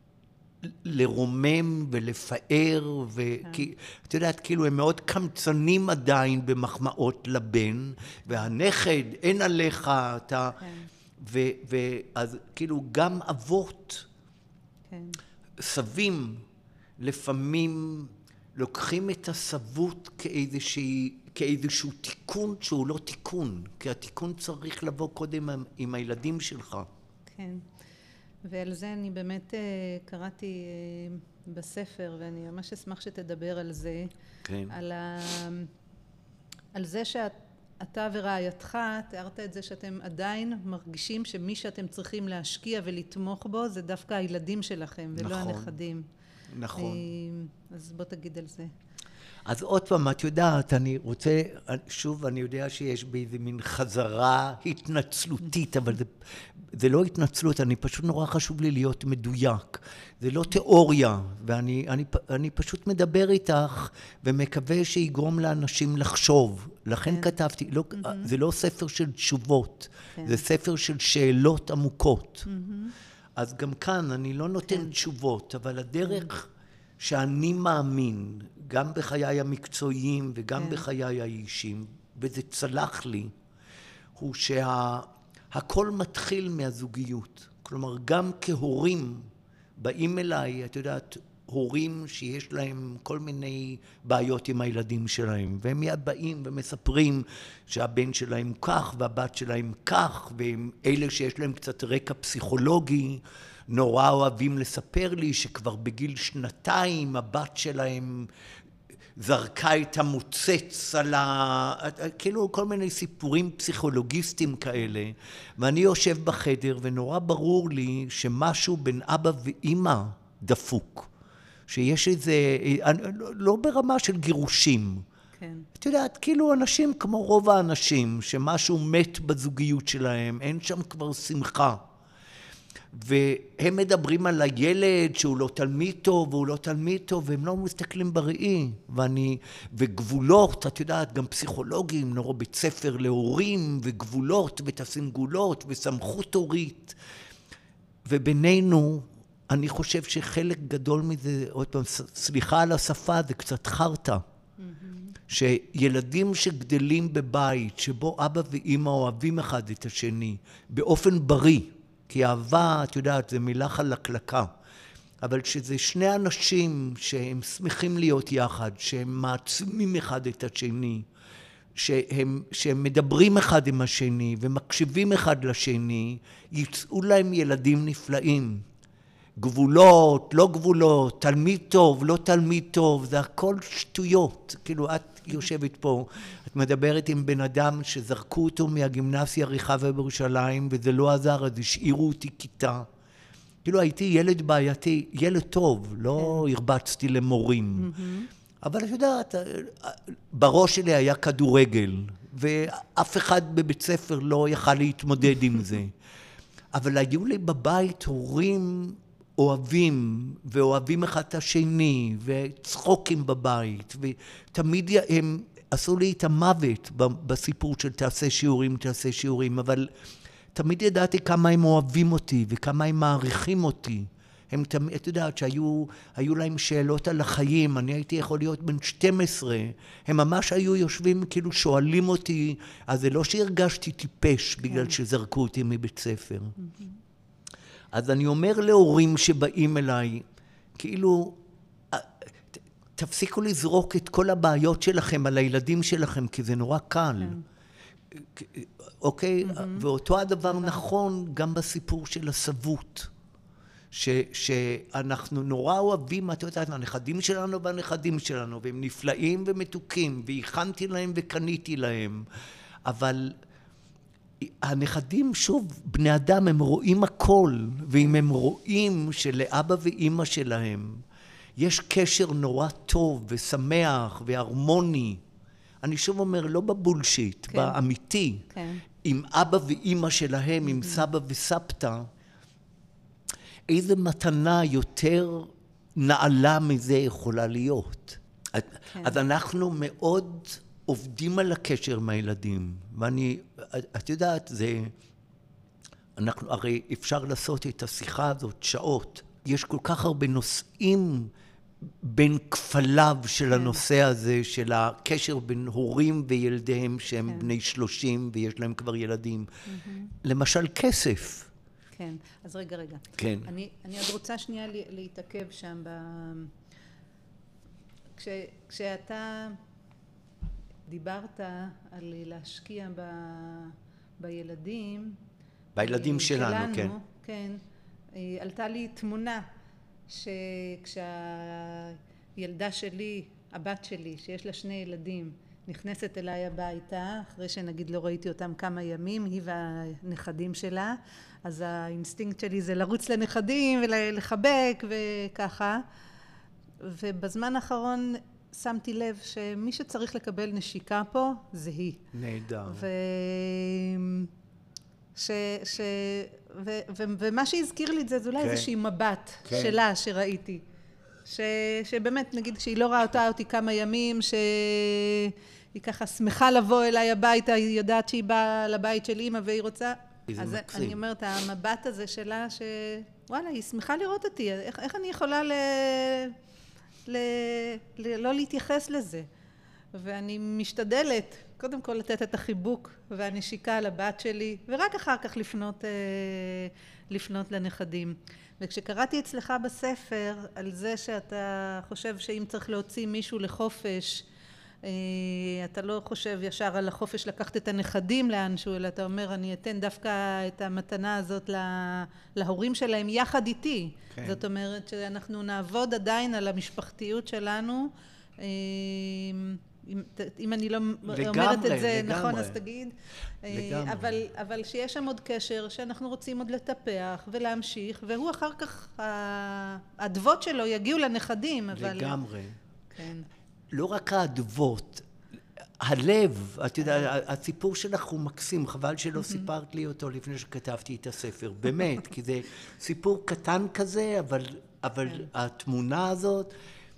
לרומם ולפאר, וכי, את יודעת, כאילו הם מאוד קמצנים עדיין במחמאות לבן, והנכד, אין עליך, אתה... ואז כאילו גם אבות, סבים, לפעמים לוקחים את הסבות כאיזושהי כאיזשהו תיקון שהוא לא תיקון, כי התיקון צריך לבוא קודם עם הילדים שלך. כן, ועל זה אני באמת קראתי בספר, ואני ממש אשמח שתדבר על זה, כן. על, ה... על זה שאתה ורעייתך תיארת את זה שאתם עדיין מרגישים שמי שאתם צריכים להשקיע ולתמוך בו זה דווקא הילדים שלכם ולא נכון, הנכדים. נכון. אז בוא תגיד על זה. אז עוד פעם, את יודעת, אני רוצה, שוב, אני יודע שיש באיזה מין חזרה התנצלותית, אבל זה, זה לא התנצלות, אני פשוט נורא חשוב לי להיות מדויק. זה לא תיאוריה, ואני אני, אני פשוט מדבר איתך, ומקווה שיגרום לאנשים לחשוב. לכן כן. כתבתי, לא, mm-hmm. זה לא ספר של תשובות, כן. זה ספר של שאלות עמוקות. Mm-hmm. אז גם כאן אני לא נותן כן. תשובות, אבל הדרך שאני מאמין, גם בחיי המקצועיים וגם כן. בחיי האישיים, וזה צלח לי, הוא שהכל שה... מתחיל מהזוגיות. כלומר, גם כהורים באים אליי, את יודעת, הורים שיש להם כל מיני בעיות עם הילדים שלהם, והם מיד באים ומספרים שהבן שלהם כך והבת שלהם כך, והם אלה שיש להם קצת רקע פסיכולוגי, נורא אוהבים לספר לי שכבר בגיל שנתיים הבת שלהם זרקה את המוצץ על ה... כאילו כל מיני סיפורים פסיכולוגיסטיים כאלה, ואני יושב בחדר ונורא ברור לי שמשהו בין אבא ואמא דפוק, שיש איזה, לא ברמה של גירושים, כן. את יודעת, כאילו אנשים כמו רוב האנשים, שמשהו מת בזוגיות שלהם, אין שם כבר שמחה. והם מדברים על הילד שהוא לא תלמיד טוב, והוא לא תלמיד טוב, והם לא מסתכלים בראי. ואני, וגבולות, את יודעת, גם פסיכולוגים, נורא בית ספר להורים, וגבולות, ותשים גבולות, וסמכות הורית. ובינינו, אני חושב שחלק גדול מזה, עוד פעם, סליחה על השפה, זה קצת חרטה. שילדים שגדלים בבית, שבו אבא ואמא אוהבים אחד את השני, באופן בריא, כי אהבה, את יודעת, זה מילה חלקלקה, אבל שזה שני אנשים שהם שמחים להיות יחד, שהם מעצימים אחד את השני, שהם, שהם מדברים אחד עם השני ומקשיבים אחד לשני, יצאו להם ילדים נפלאים. גבולות, לא גבולות, תלמיד טוב, לא תלמיד טוב, זה הכל שטויות. כאילו את יושבת פה, את מדברת עם בן אדם שזרקו אותו מהגימנסיה רחבה בירושלים, וזה לא עזר, אז השאירו אותי כיתה. כאילו הייתי ילד בעייתי, ילד טוב, לא הרבצתי למורים. אבל את יודעת, בראש שלי היה כדורגל, ואף אחד בבית ספר לא יכל להתמודד עם זה. אבל היו לי בבית הורים אוהבים, ואוהבים אחד את השני, וצחוקים בבית, ותמיד הם עשו לי את המוות בסיפור של תעשה שיעורים, תעשה שיעורים, אבל תמיד ידעתי כמה הם אוהבים אותי, וכמה הם מעריכים אותי. הם תמיד, את יודעת, שהיו היו להם שאלות על החיים, אני הייתי יכול להיות בן שתים עשרה, הם ממש היו יושבים, כאילו שואלים אותי, אז זה לא שהרגשתי טיפש בגלל שזרקו אותי מבית ספר. אז אני אומר להורים שבאים אליי, כאילו, תפסיקו לזרוק את כל הבעיות שלכם על הילדים שלכם, כי זה נורא קל. אוקיי? ואותו הדבר נכון גם בסיפור של הסבות. ש, שאנחנו נורא אוהבים, את יודעת, הנכדים שלנו והנכדים שלנו, והם נפלאים ומתוקים, והכנתי להם וקניתי להם, אבל הנכדים, שוב, בני אדם, הם רואים הכל, ואם הם רואים שלאבא ואמא שלהם יש קשר נורא טוב ושמח והרמוני, אני שוב אומר, לא בבולשיט, כן. באמיתי, כן. עם אבא ואמא שלהם, mm-hmm. עם סבא וסבתא, איזה מתנה יותר נעלה מזה יכולה להיות. כן. אז אנחנו מאוד עובדים על הקשר עם הילדים, ואני, את יודעת, זה, אנחנו, הרי אפשר לעשות את השיחה הזאת שעות. יש כל כך הרבה נושאים בין כפליו של כן. הנושא הזה, של הקשר בין הורים וילדיהם שהם כן. בני שלושים ויש להם כבר ילדים. Mm-hmm. למשל כסף. כן, אז רגע, רגע. כן. אני, אני עוד רוצה שנייה להתעכב שם ב... כש, כשאתה דיברת על להשקיע ב... בילדים. בילדים שלנו, שלנו, כן. כן. עלתה לי תמונה שכשהילדה שלי, הבת שלי, שיש לה שני ילדים, נכנסת אליי הביתה, אחרי שנגיד לא ראיתי אותם כמה ימים, היא והנכדים שלה, אז האינסטינקט שלי זה לרוץ לנכדים ולחבק וככה. ובזמן האחרון שמתי לב שמי שצריך לקבל נשיקה פה זה היא. נהדר. ו... ש... ש... ו... ו... ומה שהזכיר לי את זה, זה אולי כן. איזושהי מבט כן. שלה שראיתי. ש... שבאמת, נגיד, כשהיא לא ראתה אותי כמה ימים, שהיא ככה שמחה לבוא אליי הביתה, היא יודעת שהיא באה לבית של אמא והיא רוצה... אז מקסים. אני אומרת, המבט הזה שלה, שוואלה, היא שמחה לראות אותי. איך, איך אני יכולה ל... ל... ל... לא להתייחס לזה? ואני משתדלת, קודם כל לתת את החיבוק והנשיקה לבת שלי, ורק אחר כך לפנות, לפנות לנכדים. וכשקראתי אצלך בספר על זה שאתה חושב שאם צריך להוציא מישהו לחופש, אתה לא חושב ישר על החופש לקחת את הנכדים לאנשהו, אלא אתה אומר, אני אתן דווקא את המתנה הזאת להורים שלהם יחד איתי. כן. זאת אומרת שאנחנו נעבוד עדיין על המשפחתיות שלנו, אם, אם אני לא לגמרי, אומרת את זה לגמרי. נכון, אז תגיד. לגמרי. אבל, אבל שיש שם עוד קשר שאנחנו רוצים עוד לטפח ולהמשיך, והוא אחר כך, האדוות שלו יגיעו לנכדים. אבל... לגמרי. כן. לא רק האדוות, הלב, את יודעת, הסיפור שלך הוא מקסים, חבל שלא סיפרת לי אותו לפני שכתבתי את הספר, באמת, כי זה סיפור קטן כזה, אבל, אבל התמונה הזאת,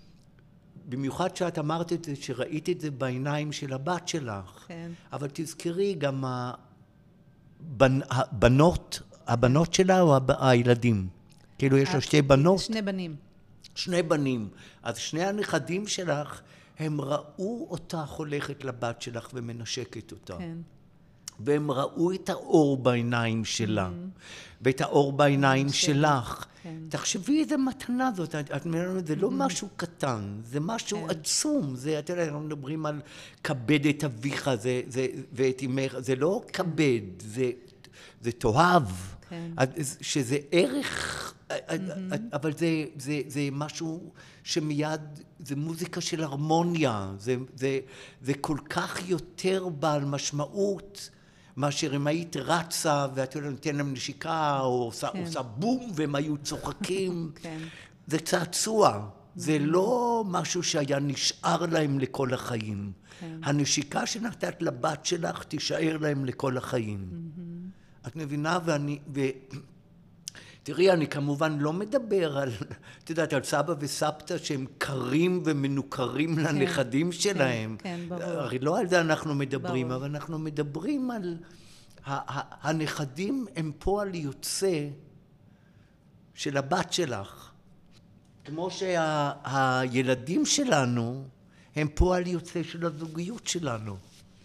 במיוחד שאת אמרת את זה, שראית את זה בעיניים של הבת שלך, כן. אבל תזכרי גם הבנ, הבנות, הבנות שלה או הילדים? כאילו יש לה שתי בנות? שני בנים. שני בנים. אז שני הנכדים שלך, הם ראו אותך הולכת לבת שלך ומנשקת אותה. כן. והם ראו את האור בעיניים שלה, mm-hmm. ואת האור בעיניים שלך. כן. תחשבי איזה מתנה זאת, את אומרת, זה לא משהו קטן, זה משהו כן. עצום, זה, אתה יודע, אנחנו מדברים על כבד את אביך, זה, זה, ואת אמך, זה לא כן. כבד, זה, זה תאהב, כן. שזה ערך, mm-hmm. אבל זה, זה, זה משהו שמיד, זה מוזיקה של הרמוניה, זה, זה, זה כל כך יותר בעל משמעות, מאשר אם היית רצה ואת יודעת נותן להם נשיקה או עושה, כן. עושה בום והם היו צוחקים. כן. זה צעצוע, זה לא משהו שהיה נשאר להם לכל החיים. כן. הנשיקה שנתת לבת שלך תישאר להם לכל החיים. Mm-hmm. את מבינה? ואני... ו... תראי, אני כמובן לא מדבר על, את יודעת, על סבא וסבתא שהם קרים ומנוכרים לנכדים שלהם. כן, כן, ברור. הרי לא על זה אנחנו מדברים, ברור. אבל אנחנו מדברים על, הנכדים הם פועל יוצא של הבת שלך. כמו שהילדים שלנו הם פועל יוצא של הזוגיות שלנו.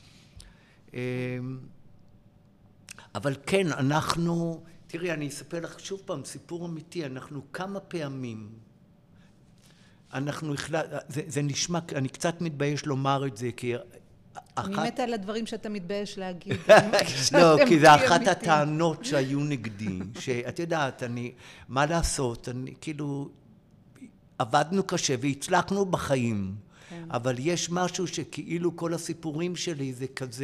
אבל כן, אנחנו... תראי, אני אספר לך שוב פעם, סיפור אמיתי, אנחנו כמה פעמים, אנחנו החלט, זה, זה נשמע, אני קצת מתבייש לומר את זה, כי... אני אחת... מתה על הדברים שאתה מתבייש להגיד. לא, כי זה אחת הטענות שהיו נגדי, שאת יודעת, אני, מה לעשות, אני כאילו, עבדנו קשה והצלחנו בחיים, כן. אבל יש משהו שכאילו כל הסיפורים שלי זה כזה...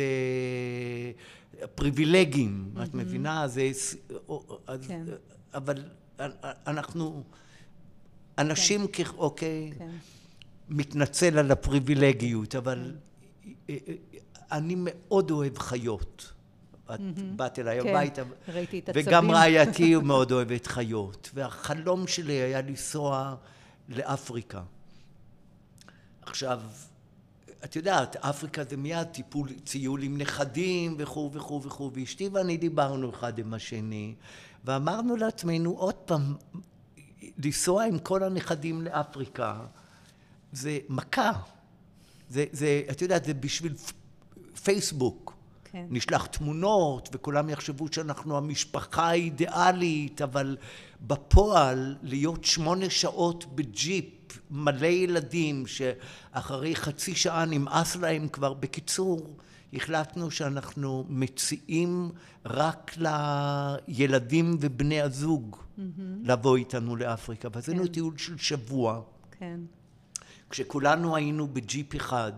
פריבילגים, mm-hmm. את מבינה? זה... כן. אבל אנחנו אנשים כן. כ... אוקיי, כן. מתנצל על הפריבילגיות, אבל כן. אני מאוד אוהב חיות. את mm-hmm. באת אליי כן. הביתה, ראיתי את הצבים. וגם רעייתי מאוד אוהבת חיות. והחלום שלי היה לנסוע לאפריקה. עכשיו, את יודעת, אפריקה זה מיד טיפול, ציול עם נכדים וכו' וכו' וכו', ואשתי ואני דיברנו אחד עם השני, ואמרנו לעצמנו עוד פעם, לנסוע עם כל הנכדים לאפריקה, זה מכה. זה, זה, את יודעת, זה בשביל פייסבוק. כן. נשלח תמונות, וכולם יחשבו שאנחנו המשפחה האידיאלית, אבל בפועל להיות שמונה שעות בג'יפ, מלא ילדים, שאחרי חצי שעה נמאס להם כבר. בקיצור, החלטנו שאנחנו מציעים רק לילדים ובני הזוג mm-hmm. לבוא איתנו לאפריקה. ועשינו כן. טיול של שבוע. כן. כשכולנו היינו בג'יפ אחד,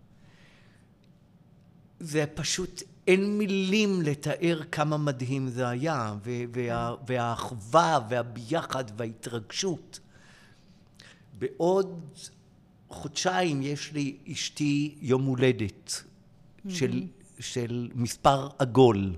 זה פשוט, אין מילים לתאר כמה מדהים זה היה, וה, והאחווה והביחד וההתרגשות. בעוד חודשיים יש לי אשתי יום הולדת mm-hmm. של, של מספר עגול.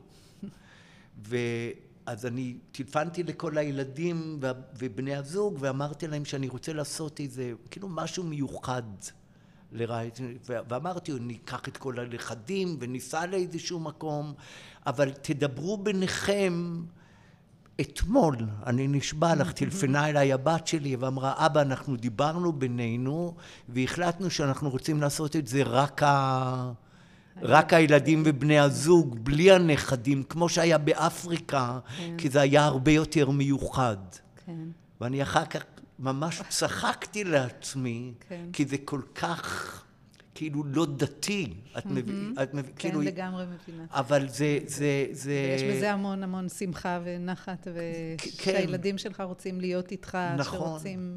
ואז אני טלפנתי לכל הילדים ובני הזוג ואמרתי להם שאני רוצה לעשות איזה, כאילו משהו מיוחד. ואמרתי, ניקח את כל הנכדים וניסע לאיזשהו מקום, אבל תדברו ביניכם. אתמול אני נשבע לך, טלפנה אליי הבת שלי ואמרה, אבא, אנחנו דיברנו בינינו והחלטנו שאנחנו רוצים לעשות את זה רק, ה... רק הילדים ובני הזוג, בלי הנכדים, כמו שהיה באפריקה, כי זה היה הרבה יותר מיוחד. ואני אחר כך ממש צחקתי לעצמי, כן. כי זה כל כך, כאילו, לא דתי. את מבינה? כן, כאילו, לגמרי מבינה. אבל זה, זה, זה... יש בזה המון המון שמחה ונחת, ושהילדים שלך רוצים להיות איתך, נכון. שרוצים...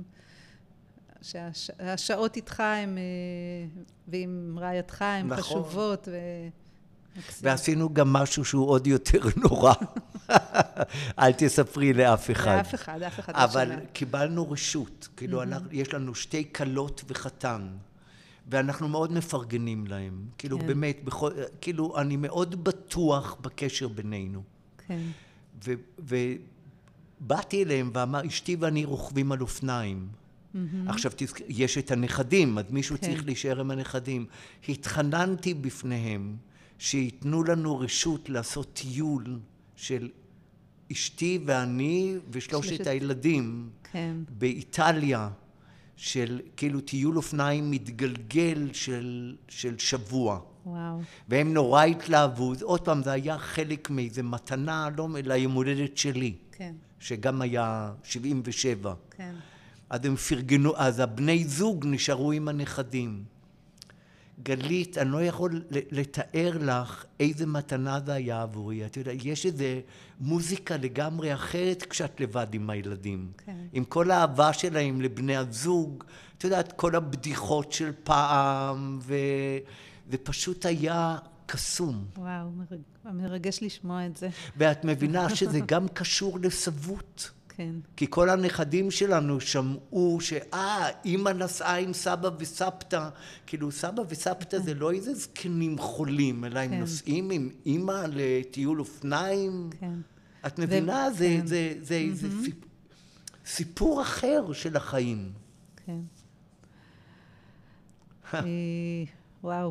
שהשעות איתך הם, ועם רעייתך הן נכון. חשובות ו... ועשינו גם משהו שהוא עוד יותר נורא. אל תספרי לאף אחד. לאף אחד, לאף אחד. אבל קיבלנו רשות. כאילו, יש לנו שתי כלות וחתן, ואנחנו מאוד מפרגנים להם. כאילו, באמת, כאילו, אני מאוד בטוח בקשר בינינו. כן. ובאתי אליהם ואמר, אשתי ואני רוכבים על אופניים. עכשיו, יש את הנכדים, אז מישהו צריך להישאר עם הנכדים. התחננתי בפניהם, שיתנו לנו רשות לעשות טיול של אשתי ואני ושלושת שלושת... הילדים כן. באיטליה, של כאילו טיול אופניים מתגלגל של, של שבוע. וואו. והם נורא התלהבו. עוד פעם, זה היה חלק מאיזה מתנה, לא ליום הולדת שלי, כן. שגם היה שבעים ושבע. כן. אז הם פרגנו, אז הבני זוג נשארו עם הנכדים. גלית, אני לא יכול לתאר לך איזה מתנה זה היה עבורי. אתה יודע, יש איזה מוזיקה לגמרי אחרת כשאת לבד עם הילדים. כן. עם כל האהבה שלהם לבני הזוג, אתה יודעת, כל הבדיחות של פעם, וזה פשוט היה קסום. וואו, מרגש לשמוע את זה. ואת מבינה שזה גם קשור לסבות. כן. כי כל הנכדים שלנו שמעו שאה, אמא נסעה עם סבא וסבתא, כאילו סבא וסבתא זה לא איזה זקנים חולים, אלא הם נוסעים עם אמא לטיול אופניים. כן. את מבינה? זה, זה, זה, זה סיפור אחר של החיים. כן. וואו.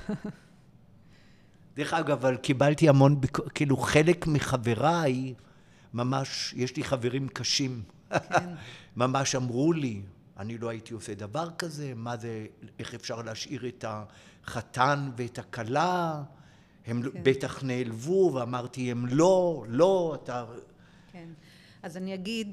דרך אגב, אבל קיבלתי המון, כאילו חלק מחבריי, ממש, יש לי חברים קשים, כן. ממש אמרו לי, אני לא הייתי עושה דבר כזה, מה זה, איך אפשר להשאיר את החתן ואת הכלה, הם כן. בטח נעלבו, ואמרתי, הם לא, לא, אתה... כן, אז אני אגיד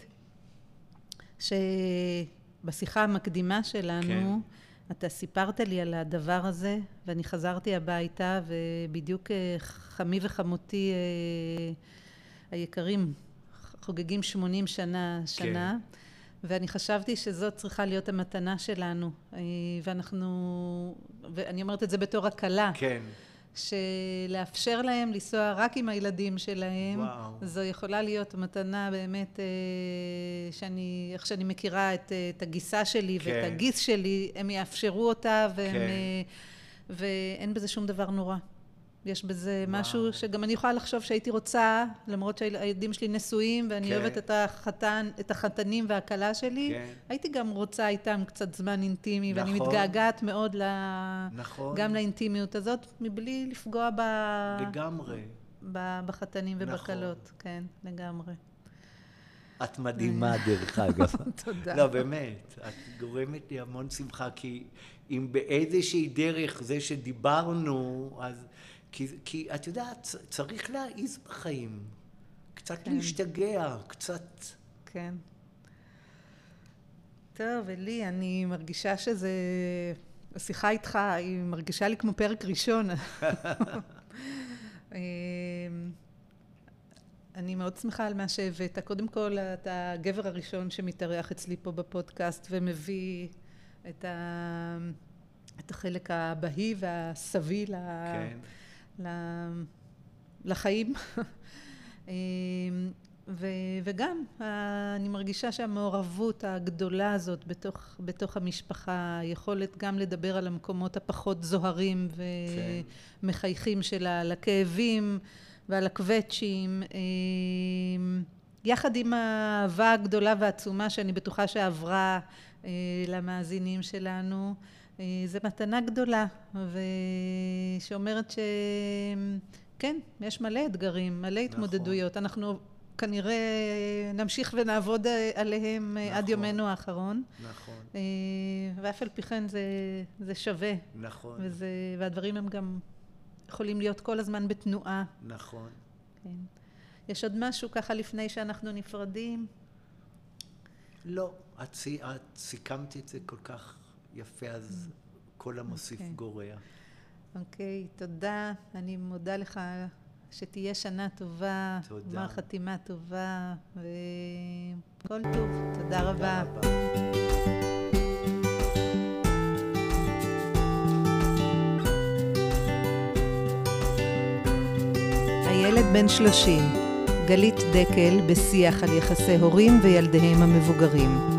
שבשיחה המקדימה שלנו, כן. אתה סיפרת לי על הדבר הזה, ואני חזרתי הביתה, ובדיוק חמי וחמותי היקרים חוגגים שמונים שנה, שנה, כן. ואני חשבתי שזאת צריכה להיות המתנה שלנו, ואנחנו, ואני אומרת את זה בתור הקלה, כן. שלאפשר להם לנסוע רק עם הילדים שלהם, וואו. זו יכולה להיות מתנה באמת, שאני, איך שאני מכירה את, את הגיסה שלי כן. ואת הגיס שלי, הם יאפשרו אותה, והם, כן. ואין בזה שום דבר נורא. יש בזה וואו. משהו שגם אני יכולה לחשוב שהייתי רוצה, למרות שהילדים שלי נשואים, ואני כן. אוהבת את החתן, את החתנים והכלה שלי, כן. הייתי גם רוצה איתם קצת זמן אינטימי, נכון. ואני מתגעגעת מאוד ל... נכון. גם לאינטימיות הזאת, מבלי לפגוע ב... לגמרי. ב... בחתנים ובכלות, נכון. כן, לגמרי. את מדהימה דרך אגב. תודה. לא, באמת, את גורמת לי המון שמחה, כי אם באיזושהי דרך זה שדיברנו, אז... כי, כי את יודעת, צריך להעיז בחיים. קצת כן. להשתגע, קצת... כן. טוב, אלי, אני מרגישה שזה... השיחה איתך, היא מרגישה לי כמו פרק ראשון. אני מאוד שמחה על מה שהבאת. קודם כל, אתה הגבר הראשון שמתארח אצלי פה בפודקאסט ומביא את, ה... את החלק הבהי והסבי ל... כן. ל... לחיים. ו... וגם אני מרגישה שהמעורבות הגדולה הזאת בתוך, בתוך המשפחה, היכולת גם לדבר על המקומות הפחות זוהרים ומחייכים שלה, על הכאבים ועל הקווצ'ים, יחד עם האהבה הגדולה והעצומה שאני בטוחה שעברה למאזינים שלנו, זו מתנה גדולה ושאומרת שכן, יש מלא אתגרים, מלא התמודדויות. נכון. אנחנו כנראה נמשיך ונעבוד עליהם נכון. עד יומנו האחרון. נכון. ואף על פי כן זה, זה שווה. נכון. וזה, והדברים הם גם יכולים להיות כל הזמן בתנועה. נכון. כן. יש עוד משהו ככה לפני שאנחנו נפרדים? לא, את, את סיכמת את זה כל כך יפה, אז כל המוסיף okay. גורע. אוקיי, okay, תודה. אני מודה לך שתהיה שנה טובה, תודה. גמר חתימה טובה, וכל טוב. תודה, תודה רבה. רבה. הילד בן שלושים, גלית דקל בשיח על יחסי הורים וילדיהם המבוגרים.